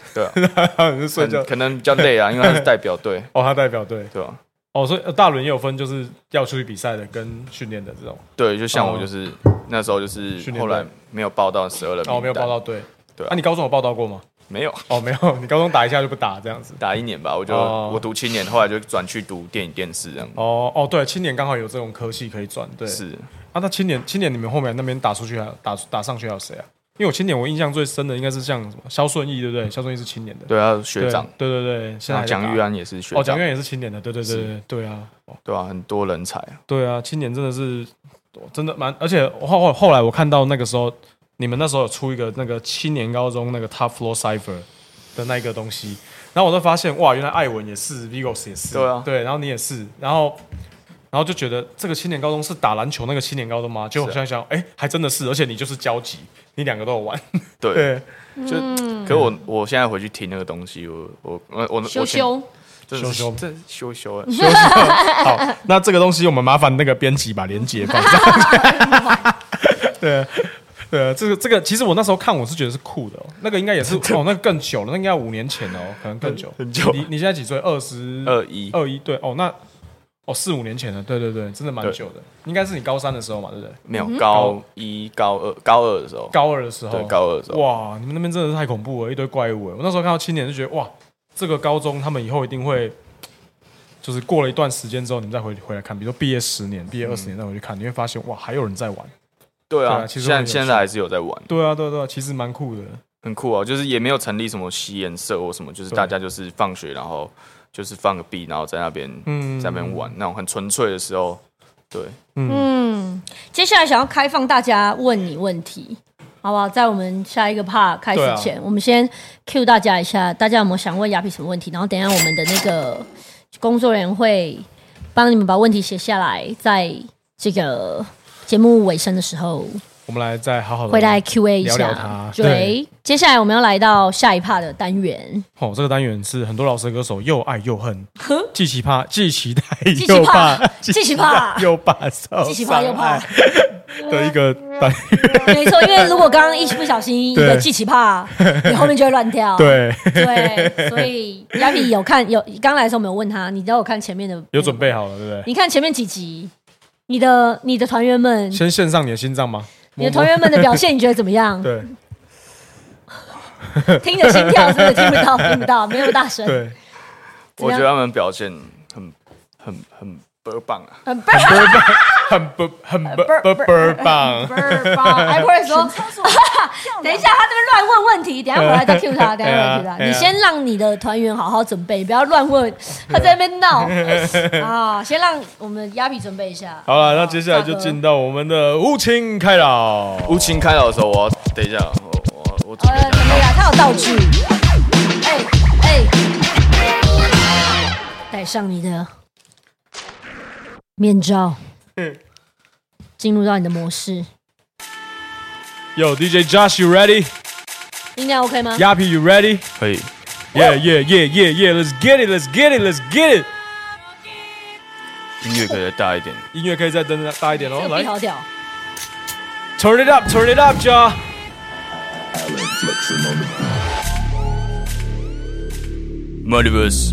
对啊， 然后你就睡觉。 可能比较累啊，因为他是代表队。 哦，他代表队， 对吧？ 哦，所以大轮也有分，就是要出去比赛的跟训练的这种。 对，就像我就是那时候就是后来没有报到12人名单。 哦，没有报到队。 对啊， 你高中有报到过吗？ 没有。 哦，没有，你高中打一下就不打这样子。 打1年吧，我读青年，后来就转去读电影电视这样。 哦，对，青年刚好有这种科系可以转，对。 是。 那青年你们后面那边打出去打上去还有谁啊？因为我青年我印象最深的应该是像什么萧顺义，对不对？萧顺义是青年的， 对啊，学长， 对，现在蒋玉安也是学长， 蒋玉安也是青年的，对啊， 对啊，很多人才啊， 对啊，青年真的是真的而且后来我看到那个时候，你们那时候有出一个那个青年高中那个 Top Floor Cipher 的那个东西，然后我就发现哇，原来艾文也是 ，Vigos 也是， 对啊， 对，然后你也是，然后就觉得这个青年高中是打篮球那个青年高中吗？就我想想，还真的是，而且你就是交集，你2个都有玩。 对，可我现在回去听那个东西，我羞羞。 好，那这个东西我们麻烦那个编辑把连结放上。对，这个其实我那时候看我是觉得是酷的哦，那个应该也是那个更久了，那应该5年前了哦，可能更久。 很久。 你现在几岁？21，对哦，那。4-5年前了，对，真的蛮久的，应该是你高3的时候嘛，对不对？ 没有，高2的时候。 高2的时候， 对，高2的时候。 哇，你们那边真的是太恐怖了，一堆怪物。我那时候看到青年就觉得，哇，这个高中他们以后一定会，就是过了一段时间之后，你们再回来看，比如说毕业10年、毕业20年再回去看，你会发现，哇，还有人在玩。 对啊，其实现在还是有在玩。 对啊，其实蛮酷的， 很酷啊，就是也没有成立什么吸颜社或什么，就是大家就是放学然后。就是放个币，然后在那边玩，那种很纯粹的时候，对， 接下来想要开放大家问你问题，好不好？在我们下一个 part 开始前，我们先 cue 大家一下，大家有没有想问亚比什么问题？然后等一下我们的那个工作人员会帮你们把问题写下来，在这个节目尾声的时候。 我们来再好好的回来 Q&A 一下， 聊他。 对，接下来我们要来到下一 part 的单元。 这个单元是很多饶舌歌手又爱又恨，既期待又怕， 又怕的一个单元。 没错，因为如果刚刚一不小心一个既期怕，你后面就会乱跳。 对， 所以亚比刚来的时候我们有问他，你都有看前面的， 有准备好了，对不对？ 你看前面几集，你的团员们先献上你的心脏吗？ 你的团员们的表现你觉得怎么样？ 对， 听着心跳是不是听不到，没有大声。 对， 我觉得他们表现很棒啊， 很棒。 还不会说，等一下他这边乱问问题，等一下回来再 cue 他，你先让你的团员好好准备，不要乱问，他在那边闹啊！先让我们亚比准备一下。 好了，那接下来就进到我们的乌青开朗。 乌青开朗的时候，我要等一下，我准备一下，他有道具，戴上你的面罩，进入到你的模式。 Yo, DJ Josh, you ready? 音量 OK 吗？ Yappy, you ready? 可以。 Yeah. Let's get it. 音乐可以再大一点。 音乐可以再大一点哦。来， 好屌。 Turn it up, Ja. Multiverse.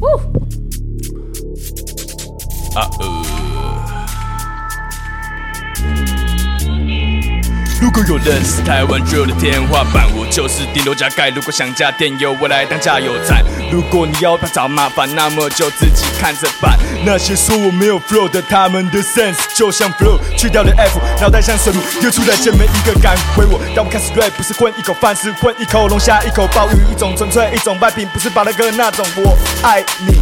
如果有人是台湾热的天花板，我就是顶楼加盖。如果想加电油，我来当加油站。如果你要找麻烦，那么就自己看着办。那些说我没有 flow 的，他们的 sense 就像 flow 去掉了 F， 脑袋像水路流出来，见每一个敢回我。当我开始 rap， 不是混一口饭，是混一口龙虾，一口鲍鱼，一种纯粹，一种外品，不是巴拉哥那种。我爱你。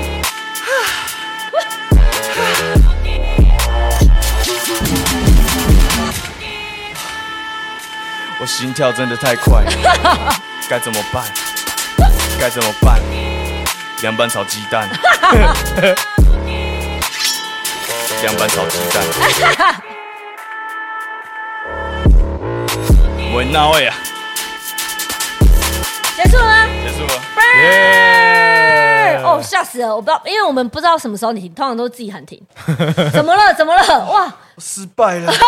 我心跳真的太快了，该怎么办？该怎么办？凉拌炒鸡蛋，凉拌炒鸡蛋，我闹呀！ 结束了吗？ 结束了。 耶！ 哦，吓死了！我不知道，因为我们不知道什么时候你停，通常都是自己喊停。怎么了？怎么了？哇！ 失败了。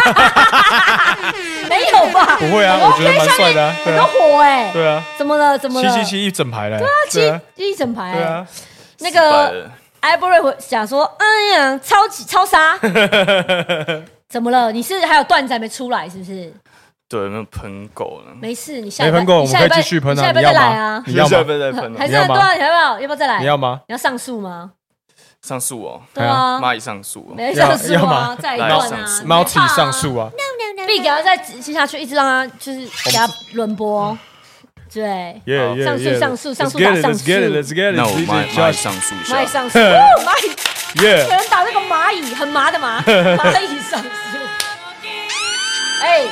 没有吧？ 不会啊，我觉得蛮帅的啊， 很多火哎。 对啊， 怎么了？怎么了 777一整排嘞。 对啊，一整排。 对啊， 那个艾博瑞讲说，哎呀，超杀。怎么了？你是还有段子还没出来是不是？ 对，有没有喷够了？ 没事，你下礼拜没喷够，我们可以继续喷啊。 下礼拜再来啊。 你要吗？下礼拜再喷还是很多啊，要不要再来？ 你要吗？ 你要上诉吗？ 上诉哦。 对啊， 蚂蚁上诉哦。 没上诉啊，再一段啊。 猫体上诉啊。 必给他再接下去，一直让他就是给他轮播。对，上诉打上诉。 那我蚂蚁上诉一下。 蚂蚁上诉，蚂蚁，有人打那个蚂蚁，很麻的麻，蚂蚁上诉。哎。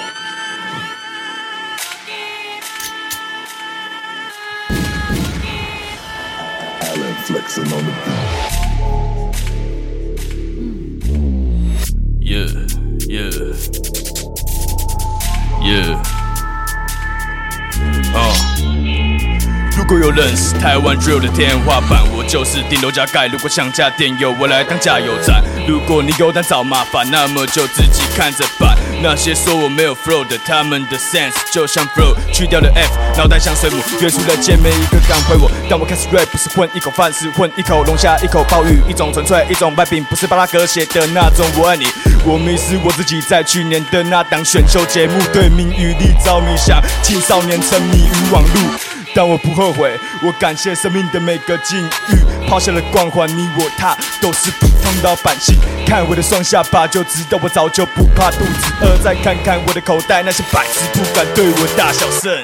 如果有人是台湾 drill 的天花板，我就是顶楼加盖。如果想加电油，我来当加油站。如果你有胆找麻烦，那么就自己看着办。那些说我没有 flow 的，他们的 sense 就像 flow 去掉了 F， 脑袋像水母，约出了见每一个敢回我。当我开始 rap， 不是混一口饭，是混一口龙虾，一口鲍鱼，一种纯粹，一种败笔，不是巴拉格写的那种我爱你。我迷失我自己，在去年的那档选秀节目，对名与利着迷，像青少年沉迷于网路。但我不后悔，我感谢生命的每个境遇，抛下了光环，你我他都是普通老百姓。看我的双下巴就知道我早就不怕肚子饿，再看看我的口袋，那些白痴不敢对我大小声。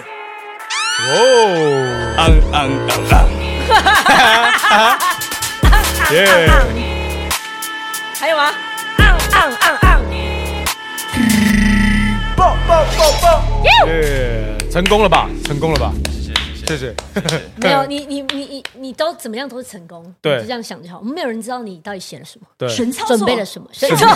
还有吗？ 成功了吧？成功了吧？谢谢。 没有你都怎么样都是成功， 对， 就这样想就好。没有人知道你到底写了什么， 对， 准备了什么，神操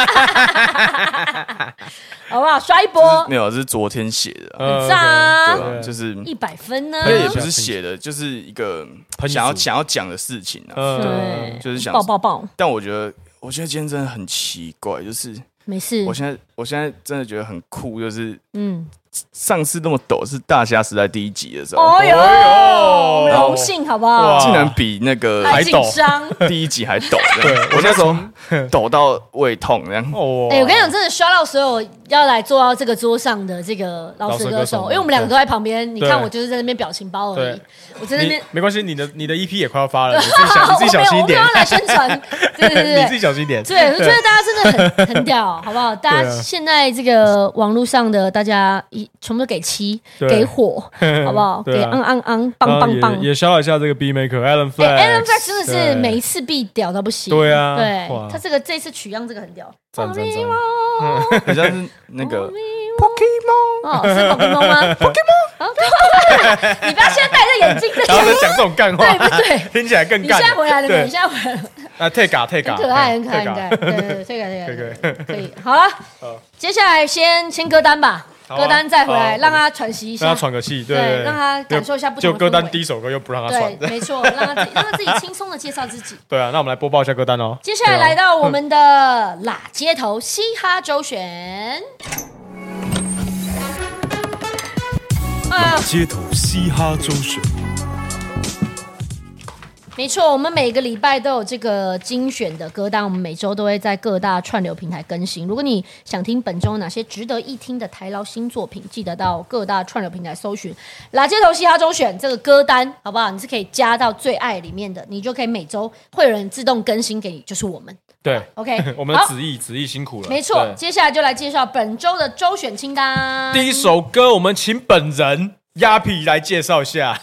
好不好？刷一波， 没有，这是昨天写的， 很赞啊， 对啊，就是 100分呢。 也不是写的，就是一个想要讲的事情啊， 对， 就是想爆。 但我觉得今天真的很奇怪，就是没事， 我现在真的觉得很酷，就是上次那么陡是大虾时代第1集的时候， 哦哟，荣幸好不好？ 竟然比那个还紧张， 第1集还陡。对，我那时候抖到胃痛这样。 我跟你讲，真的刷到所有要来坐到这个桌上的这个老舌歌手，因为我们两个都在旁边，你看我就是在那边表情包而已。我在那边没关系，你的 EP 也快要发了，你自己小心一点。 我没有来宣传，对， 你自己小心一点。 对，我觉得大家真的很屌，好不好？大家现在这个网络上的大家全部都给7，给火，好不好？给棒， 也消耗一下这个 B Maker Alan Flex。Alan Flex 真的是每一次必屌到不行。 对啊， 对，他这次取样这个很屌， 赞， 好像是那个 Pokemon 哦，是 Pokemon 吗 ？Pokemon， 你不要现在戴着眼镜， 然后在讲这种干话， 对不对？ 听起来更干。 你现在回来了没？你现在回来了。 Tega， 很可爱，对，可以。好了，接下来先歌单吧。歌单再回来，让他喘息一下， 让他喘个气，对， 让他感受一下不同的氛围。 就歌单第一首歌又不让他喘， 对，没错，让他自己轻松的介绍自己。 对啊，那我们来播报一下歌单哦。 接下来来到我们的辣街头嘻哈周选。 辣街头嘻哈周选。 没错，我们每个礼拜都有这个精选的歌单，我们每周都会在各大串流平台更新。如果你想听本周哪些值得一听的台劳新作品，记得到各大串流平台搜寻“辣街头嘻哈周选”这个歌单，好不好？你是可以加到最爱里面的，你就可以每周会有人自动更新给你，就是我们。 对 ，OK， 我们的子毅辛苦了。 没错，接下来就来介绍本周的周选清单。 第一首歌，我们请本人鸭皮来介绍一下。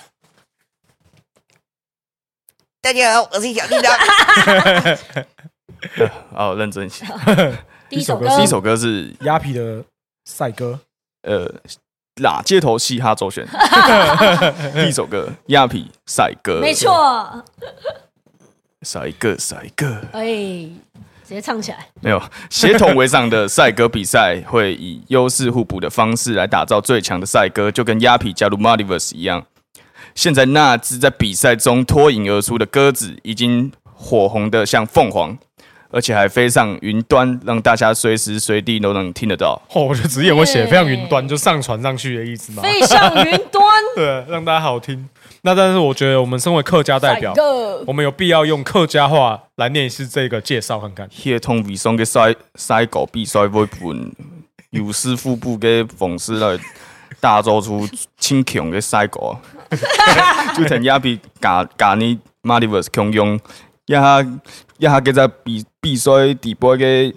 大家好，我是小叮当。 好，认真一下。 第一首歌是鸭皮的赛歌， 辣街头嘻哈周选。第一首歌鸭皮赛歌， 没错。 赛歌， 直接唱起来。 没有协同为上的赛歌比赛，会以优势互补的方式来打造最强的赛歌，就跟鸭皮加入 Multiverse 一样。 现在那只在比赛中脱颖而出的鸽子，已经火红的像凤凰，而且还飞上云端，让大家随时随地都能听得到。 我觉得子怡有没有写非常云端，就上传上去的意思嘛？ 飞上云端， 对，让大家好听。那但是我觉得我们身为客家代表，我们有必要用客家话来念一次这个介绍看看。 迄通为上嘅赛狗比赛会本有师副部嘅讽刺来大洲出轻强嘅赛狗，就同也比假年马里沃斯强用，一下嘅在比赛底部嘅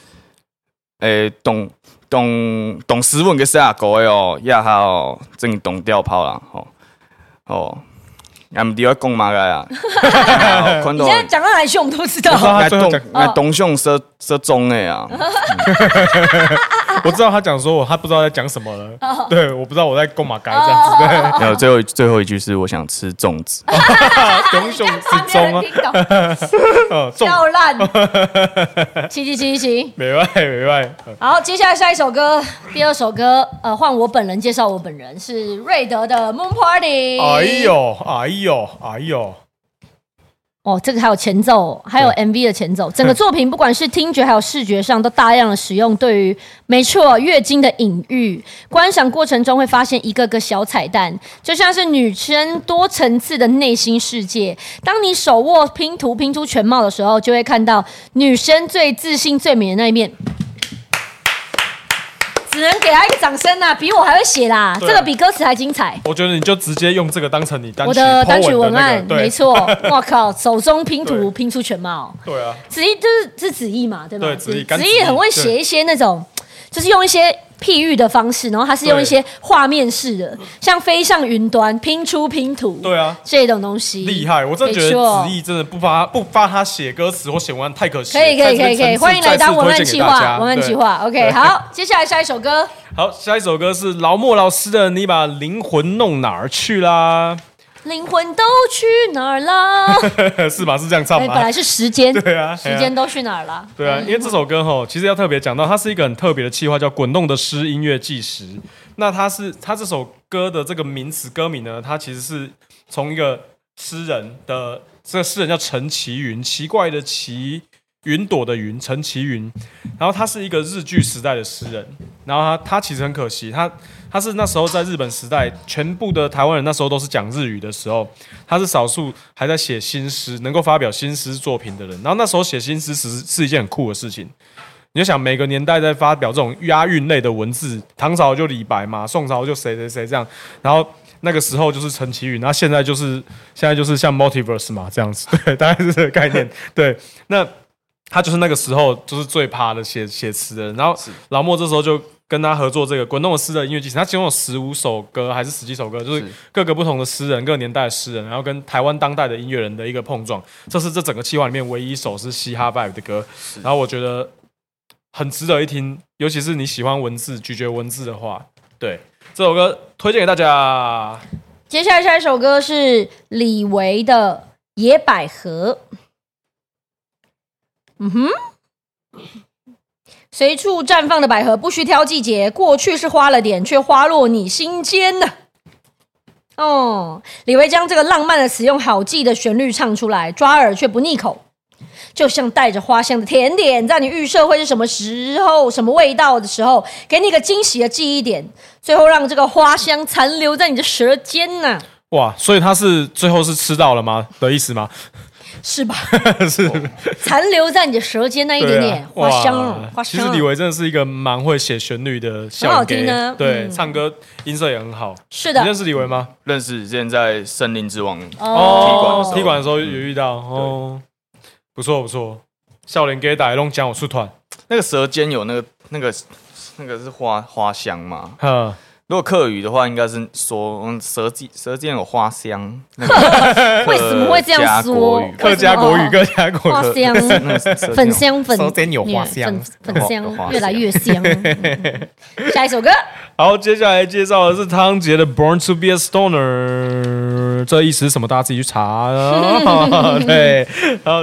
动斯文嘅赛狗嘅哦，一下哦正动掉炮啦，哦，也唔对我讲嘛个啊！ 你现在讲到哪里去，我们都知道。 东向射中的啊！ 我知道他讲说他不知道在讲什么了。对，我不知道我在干嘛该这样子。对， 然后最后一句是我想吃粽子。 东向是中啊！ 笑烂。七， 没坏。 好，接下来下一首歌，第二首歌，换我本人介绍我本人是瑞德的 Moon Party。 哎呦！ 哦，这个还有前奏，还有 MV 的前奏，整个作品不管是听觉还有视觉上，都大量的使用对于没错月经的隐喻。观赏过程中会发现一个个小彩蛋，就像是女生多层次的内心世界。当你手握拼图拼出全貌的时候，就会看到女生最自信最美的那一面。只能给他一个掌声啊！比我还会写啦，这个比歌词还精彩。 我觉得你就直接用这个当成你我的单曲文案，没错。哇靠，手中拼图拼出全貌。 对啊， 子怡是子怡嘛，对吗？ 对，子怡很会写一些那种，就是用一些譬喻的方式，然后他是用一些画面式的，像飞上云端、拼出拼图， 对啊， 这种东西厉害。我真的觉得子怡真的不发他写歌词或写文案太可惜。 可以，欢迎来当文案企划。OK， 好，接下来下一首歌。 好，下一首歌是劳默老师的《你把灵魂弄哪儿去啦》。 灵魂都去哪儿啦？ 是吧？是这样唱吗？ 本来是时间， 对啊， 时间都去哪儿了？ 对啊，因为这首歌其实要特别讲到，它是一个很特别的企划，叫《滚动的诗音乐纪实》。那它这首歌的这个歌名呢，它其实是从一个诗人的，这个诗人叫陈其云，奇怪的奇，云朵的云，陈其云。然后他是一个日据时代的诗人，然后他其实很可惜，他是那时候在日本时代，全部的台湾人那时候都是讲日语的时候，他是少数还在写新诗，能够发表新诗作品的人。然后那时候写新诗是一件很酷的事情。你就想每个年代在发表这种押韵类的文字，唐朝就李白嘛，宋朝就谁这样，然后那个时候就是陈其云，然后现在就是像 Multiverse 嘛这样子，对，大概是这个概念，对，那。他就是那个时候就是最趴的写词的人，然后老莫这时候就跟他合作这个滚动的诗的音乐纪实，他其中有15首歌还是10几首歌，就是各个不同的诗人、各个年代的诗人，然后跟台湾当代的音乐人的一个碰撞。这是这整个企划里面唯一一首是嘻哈 vibe 的歌，然后我觉得很值得一听，尤其是你喜欢文字、咀嚼文字的话，对这首歌推荐给大家。 接下来下一首歌是李维的《野百合》。随处绽放的百合不需挑季节，过去是花了点，却花落你心间呢。李维将这个浪漫的词用好记的旋律唱出来，抓耳却不腻口，就像带着花香的甜点，在你预设会是什么时候、什么味道的时候，给你一个惊喜的记忆点，最后让这个花香残留在你的舌尖呢。 哇，所以他是最后是吃到了吗的意思吗？ 是吧？ 是残留在你的舌尖那一点点花香，花香。 其实李维真的是一个蛮会写旋律的小， 很好听呢。 对，唱歌音色也很好。 是的， 你认识李维吗？ 认识，之前在《森林之王》 踢馆的时候有遇到哦，不错。少年给打弄讲我出团， 那个舌尖有那个是花香嘛？如果客语的话，应该是说舌尖有花香。 为什么会这样说？ 客家国语， 花香，粉香， 舌尖有花香， 粉香越来越香。下一首歌， 好，接下来介绍的是汤杰的《Born to Be a Stoner》，这意思是什么？大家自己去查。对，然后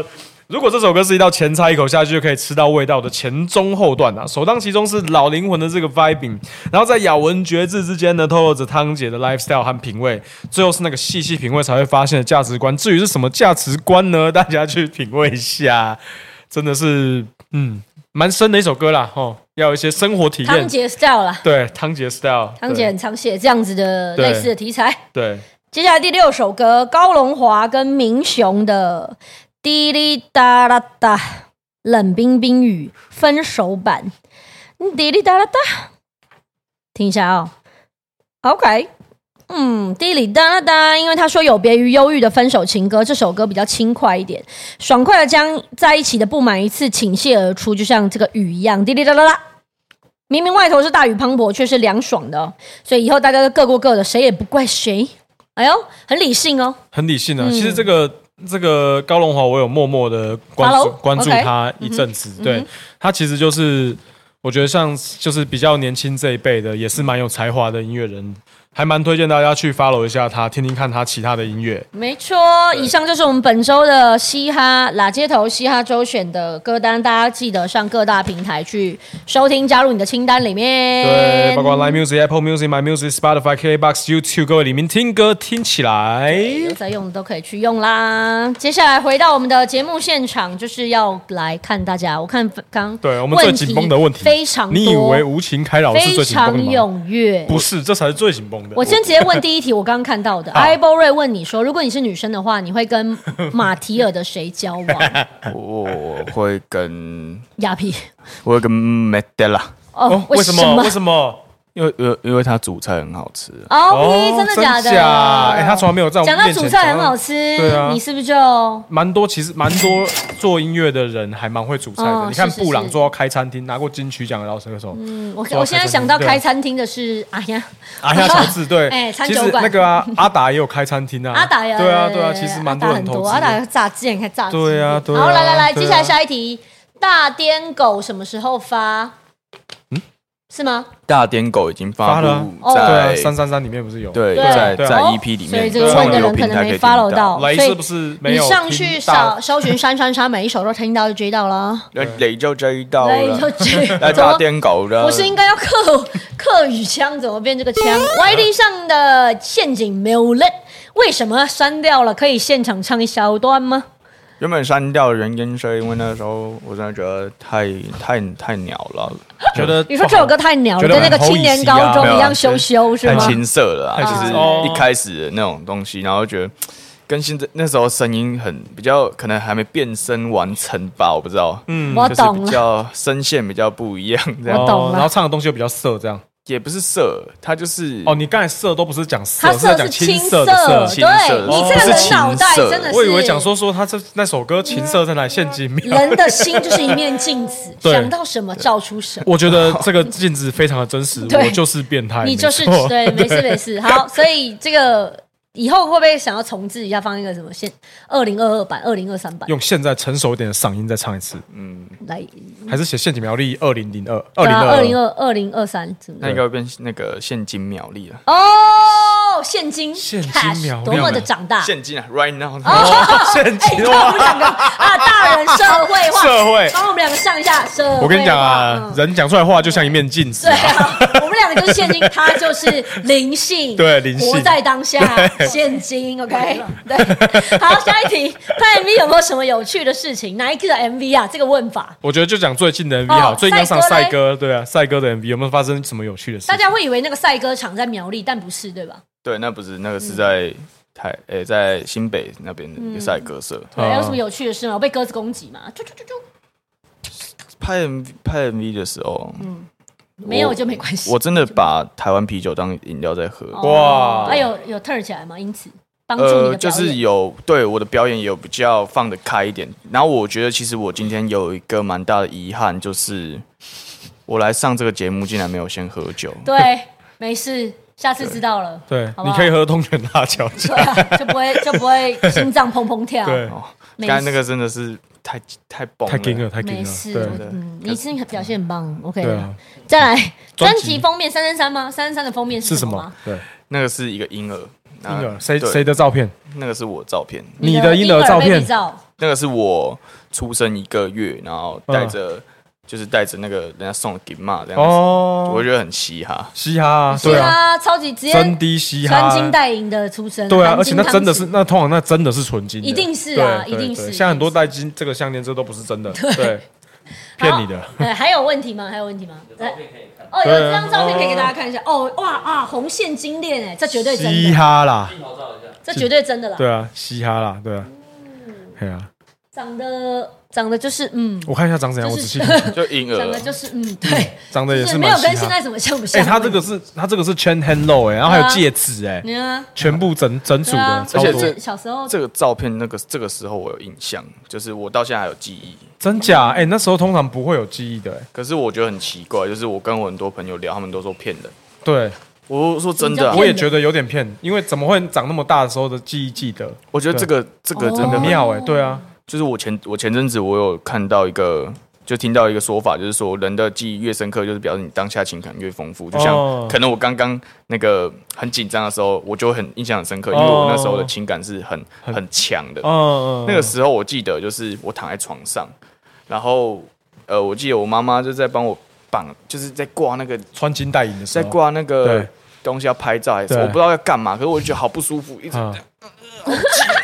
如果这首歌是一道前菜，一口下去就可以吃到味道的前中后段啊，首当其冲是老灵魂的这个 vibing， 然后在咬文嚼字之间呢，透露着汤姐的 lifestyle 和品味，最后是那个细细品味才会发现的价值观。至于是什么价值观呢？大家去品味一下，真的是蛮深的一首歌啦，要有一些生活体验。 汤姐 style 啦， 对，汤姐 style， 汤姐很常写这样子的类似的题材。 对， 接下来第6首歌，高龙华跟明雄的滴哩哒啦哒，冷冰冰雨分手版，滴哩哒啦哒，听一下哦。OK， 滴哩哒啦哒，因为他说有别于忧郁的分手情歌，这首歌比较轻快一点，爽快的将在一起的不满一次倾泻而出，就像这个雨一样，滴哩哒啦哒。明明外头是大雨滂沱，却是凉爽的哦，所以以后大家都各过各的，谁也不怪谁。哎呦，很理性哦， 很理性啊。其实这个高龙华，我有默默的关注他一阵子。对，他其实就是我觉得像就是比较年轻这一辈的，也是蛮有才华的音乐人。还蛮推荐大家去 follow 一下他，听听看他其他的音乐。 没错，以上就是我们本周的嘻哈拉街头嘻哈周选的歌单，大家记得上各大平台去收听，加入你的清单里面。 对，包括 Line Music、Apple Music、My Music、Spotify、KKBox、YouTube， 各位里面听歌听起来， 有在用的都可以去用啦。接下来回到我们的节目现场，就是要来看大家，我看刚对我们最紧绷的问题非常多， 你以为吴秦开老是最紧绷的吗？ 非常踊跃， 不是，这才是最紧绷。 我先直接问第一题，我刚刚看到的，艾波瑞问你说，如果你是女生的话，你会跟马提尔的谁交往？ 我会跟亚皮， 我会跟 Medela。 哦， 为什么？为什么？ 因为他煮菜很好吃。 哦，真的假的？ 他从来没有在我们面前讲到煮菜很好吃，对啊，你是不是就其实蛮多做音乐的人还蛮会煮菜的。你看布朗做到开餐厅，拿过金曲奖的饶舌歌手。 我现在想到开餐厅的是阿亚乔治，对， 餐酒馆那个阿达也有开餐厅啊。 阿达呀， 对啊，其实蛮多人投资。 阿达炸鸡，你看炸鸡。 对啊。 好，来，接下来下一题，大颠狗什么时候发？是吗？ 大颠狗已经发布在 333里面不是有？ 对，在 EP 里面， 所以这个问的人可能没 follow 到， 雷是不是没有？ 你上去搜寻333，每一首都听到就追到了。 雷就追到了， 雷就追。 大颠狗的， 我是应该要客语腔，怎么变这个腔 ？YD 上的陷阱没有人，为什么删掉了？可以现场唱一小段吗？ 原本删掉的原因是因为那时候我真的觉得太鸟了， 觉得你说这首歌太鸟了，跟那个青年高中一样羞是吗？ 太青涩了啊，就是一开始的那种东西，然后觉得跟现在那时候声音比较可能还没变声完成吧，我不知道， 我懂了， 就是比较声线比较不一样，这样， 我懂了， 然后唱的东西又比较涩，这样。 也不是色，它就是你刚才色都不是讲色， 它色是讲青涩的色， 对，你这个人脑袋真的是， 我以为讲说他那首歌情色在哪里陷阱秒， 人的心就是一面镜子，想到什么照出什么。 我觉得这个镜子非常的真实，我就是变态， 你就是对，没事。好，所以这个。以后会不会想要重置一下，放一个什么2022版、2023版， 用现在成熟一点的嗓音再唱一次？ 来， 还是写陷阱苗栗2002、 2023， 那应该会变那个现金苗栗了。 哦，现金苗栗多么的长大， 现金啊 ，right now， 现金哇！我们两个大人社会化，帮我们两个上一下社会化。 我跟你讲啊，人讲出来话就像一面镜子。 对啊，我们两个就是现金，他就是灵性， 对，灵性， 活在当下。现金 ，OK， 对，好，下一题，拍 MV 有没有什么有趣的事情？哪一个的 MV 啊？这个问法， 我觉得就讲最近的 MV 好，最近刚上赛哥，对啊，赛哥的 MV 有没有发生什么有趣的事？ 大家会以为那个赛哥场在苗栗，但不是，对吧？ 对，那不是，那个是在在新北那边的一个赛鸽社。 对，有什么有趣的事吗？我被鸽子攻击吗？ 拍 MV 的时候， 没有就没关系。 我真的把台湾啤酒当饮料在喝， 哇！ 它有 turn 起来吗？因此帮助你的表演， 就是对我的表演有比较放得开一点。然后我觉得，其实我今天有一个蛮大的遗憾，就是我来上这个节目竟然没有先喝酒。 对，没事，下次知道了。 对，你可以喝东泉辣椒酱， 就不会心脏砰砰跳。 对， 刚才那个真的是太崩了， 太硬了，太硬了。 没事，你是表现很棒 ，OK 了。 再来，专辑封面333吗？333的封面是什么？ 对，那个是一个婴儿， 谁的照片？ 那个是我照片， 你的婴儿照片。 那个是我出生1个月，然后带着那个人家送的金马这样子，我觉得很嘻哈， 嘻哈， 嘻哈超级直接真的嘻哈， 穿金戴银的出身， 对啊，而且那真的是通常那真的是纯金的， 一定是啊， 对一定是。 像很多戴金这个项链，这都不是真的，对，骗你的。 还有问题吗？有这张照片可以给大家看一下。哇，红线金链哎，这绝对真的。 嘻哈啦， 这绝对真的啦。 对啊，嘻哈啦，对啊，对啊。 长得就是我看一下长怎样，我仔细看， 就婴儿， 长得就是对， 长得也是没有跟现在什么像不像？ 他这个是 chain hand low 然后还有戒指全部整组的， 而且是小时候这个照片这个时候我有印象，就是我到现在还有记忆。 真假？那时候通常不会有记忆的。 可是我觉得很奇怪，就是我跟我很多朋友聊，他们都说骗人。 对， 我说真的， 我也觉得有点骗，因为怎么会长那么大的时候的记忆记得？ 我觉得这个真的很妙对啊。 就是我前阵子我有看到就听到一个说法，就是说人的记忆越深刻，就是表示你当下情感越丰富。就像可能我刚刚那个很紧张的时候，我就很印象很深刻，因为我那时候的情感是很强的。那个时候我记得就是我躺在床上，然后我记得我妈妈就在帮我绑，就是在挂那个穿金戴银的时候， 在挂那个东西要拍照还是我不知道要干嘛，可是我就觉得好不舒服，一直好紧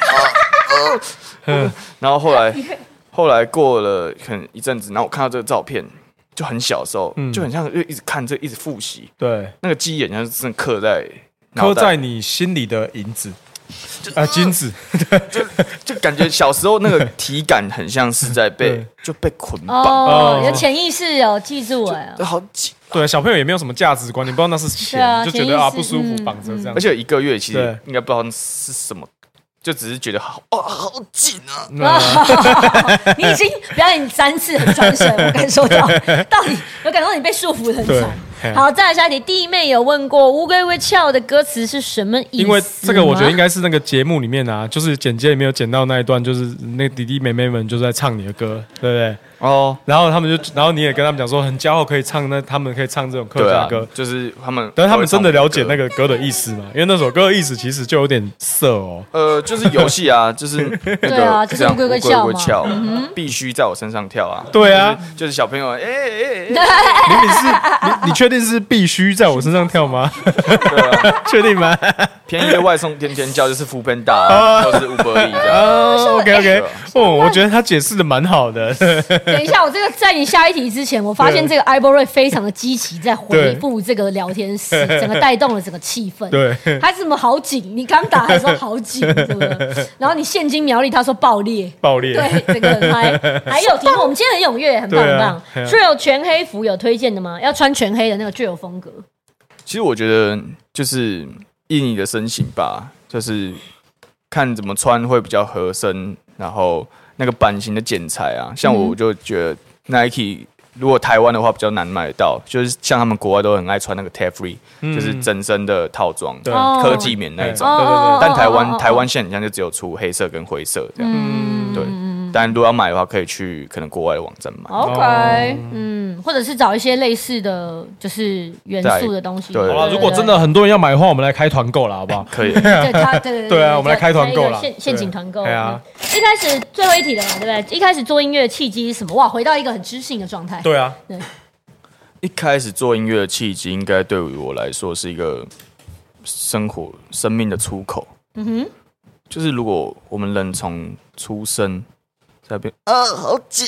然后后来过了可能一阵子，然后我看到这个照片，就很小的时候，就很像就一直看这，一直复习， 对， 那个记忆好像是真的刻在你心里的银子。金子， 就感觉小时候那个体感很像是在被捆绑有潜意识有记住好紧。 对，小朋友也没有什么价值观，你不知道那是钱，就觉得不舒服，绑着这样。 而且1个月其实应该不知道是什么，就只是觉得好紧啊！ 你已经表演3次很专神，我感受到，到底有感受到你被束缚很惨。好，再来下一题。弟妹有问过乌龟会翘的歌词是什么意思？ 因为这个我觉得应该是那个节目里面就是剪接里面有剪到那一段，就是那弟弟妹妹们就在唱你的歌，对不对？然后然后你也跟他们讲说很骄傲可以唱，他们可以唱这种客家歌， 就是他们， 但是他们真的了解那个歌的意思吗？因为那首歌的意思其实就有点色就是游戏就是那个就是乌龟会翘嘛， 必须在我身上跳啊！ 对啊， 就是小朋友你确定是必须在我身上跳吗？ 对啊， 确定吗？ 便宜的外送天天叫就是福喷大，或是Uber Eats这样。 OK， 我觉得他解释的蛮好的。 等一下，我这个在你下一题之前，我发现这个艾博瑞非常的积极，在回复这个聊天室，整个带动了整个气氛。 对， 他怎么好紧？你刚打还说好紧，对不对？然后你现金苗栗，他说爆裂，对，这个很嗨。还有题目，我们今天很踊跃，很棒很棒。Drill 全黑服有推荐的吗？要穿全黑的那个 Drill 风格。 其实我觉得就是依你的身形吧，就是看怎么穿会比较合身，然后那个版型的剪裁像我就觉得 Nike 如果台湾的话比较难买到，就是像他们国外都很爱穿那个 Teflon，就是整身的套装，科技棉那一种。但台湾现在好像就只有出黑色跟灰色这样。对。但如果要买的话，可以去可能国外的网站买。 OK，或者是找一些类似的就是元素的东西。 好了，如果真的很多人要买的话，我们来开团购了，好不好？ 可以。 对啊，我们来开团购了， 现请团购。对啊，一开始最后一题了嘛，对不对？一开始做音乐的契机是什么？哇，回到一个很知性的状态。 对啊， 对。 一开始做音乐的契机，应该对于我来说是一个生命的出口。就是如果我们人从出生在那边好紧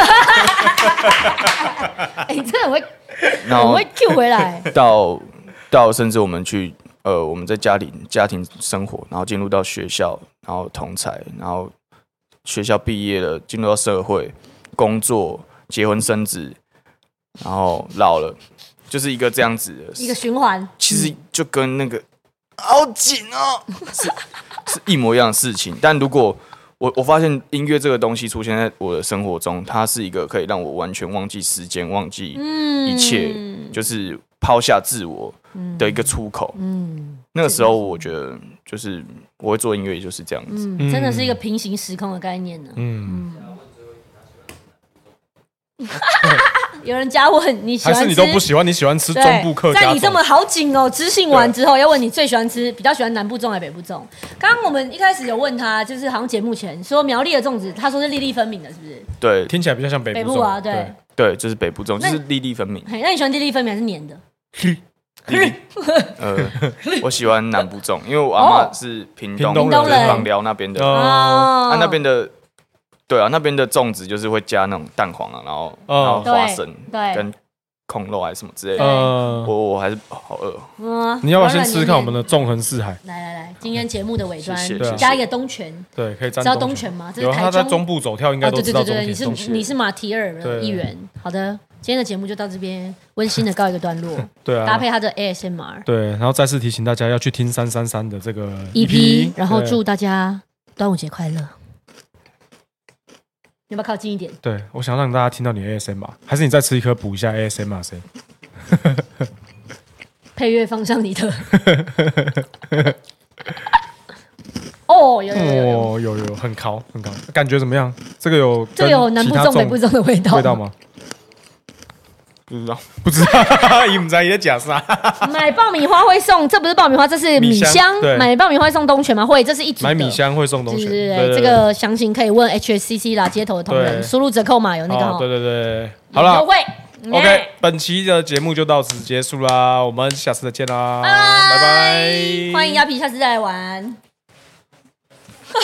你真的很会 Q 回来。 到甚至我们去我们在家庭生活，然后进入到学校，然后同侪，然后学校毕业了，进入到社会工作，结婚生子，然后老了，就是一个这样子的一个循环。 其实就跟那个好紧是一模一样的事情。但如果我发现音乐这个东西出现在我的生活中，它是一个可以让我完全忘记时间、忘记一切，就是抛下自我的一个出口。那个时候我觉得就是我会做音乐，也就是这样子。 真的是一个平行时空的概念呢。 有人加问你喜欢吃， 还是你都不喜欢？你喜欢吃中部客家粽？ 在你这么好紧哦，知性完之后，要问你最喜欢吃，比较喜欢南部粽还是北部粽？刚刚我们一开始有问他，就是好像节目前说苗栗的粽子，他说是粒粒分明的，是不是？ 对， 听起来比较像北部粽啊，对对，就是北部粽，就是粒粒分明。 那你喜欢粒粒分明还是黏的？ 我喜欢南部粽，因为我阿嬷是屏东人枋寮那边的，那边的。对啊，那边的粽子就是会加那种蛋黄啊，然后花生跟控肉还是什么之类的。我还是好饿。 你要不要先吃看我们的纵横四海？ 来，今天节目的尾端谢加一个东泉。 对，可以沾。 知道东泉吗？这是台中。 他在中部走跳，应该都知道中对，你是马蹄尔的一员。好的，今天的节目就到这边，温馨的告一个段落。 对啊， 搭配他的 ASMR。 对，然后再次提醒大家要去听333的这个 EP， 然后祝大家端午节快乐。你要不要靠近一点？ 对，我想让大家听到你的 ASMR， 还是你再吃一颗补一下 ASMR 声？ 配乐放上你的。哦，有， 很高，感觉怎么样？这个有南部粽北部粽的味道吗？ 不知道， 你不知道你在讲啥？ 买爆米花会送，这不是爆米花，这是米香。买爆米花送东泉吗？会，这是一组的。 买米香会送东泉。 对，这个详情可以问 HSCC 啦，街头的同仁，输入折扣码有那个。 对，好了， 优惠。 OK， 本期的节目就到此结束啦，我们下次再见啦，拜拜！ 欢迎鸭皮下次再来玩。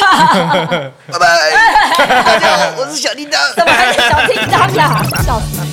拜拜，大家好，我是小叮当。 怎么还是小叮当呀？笑死！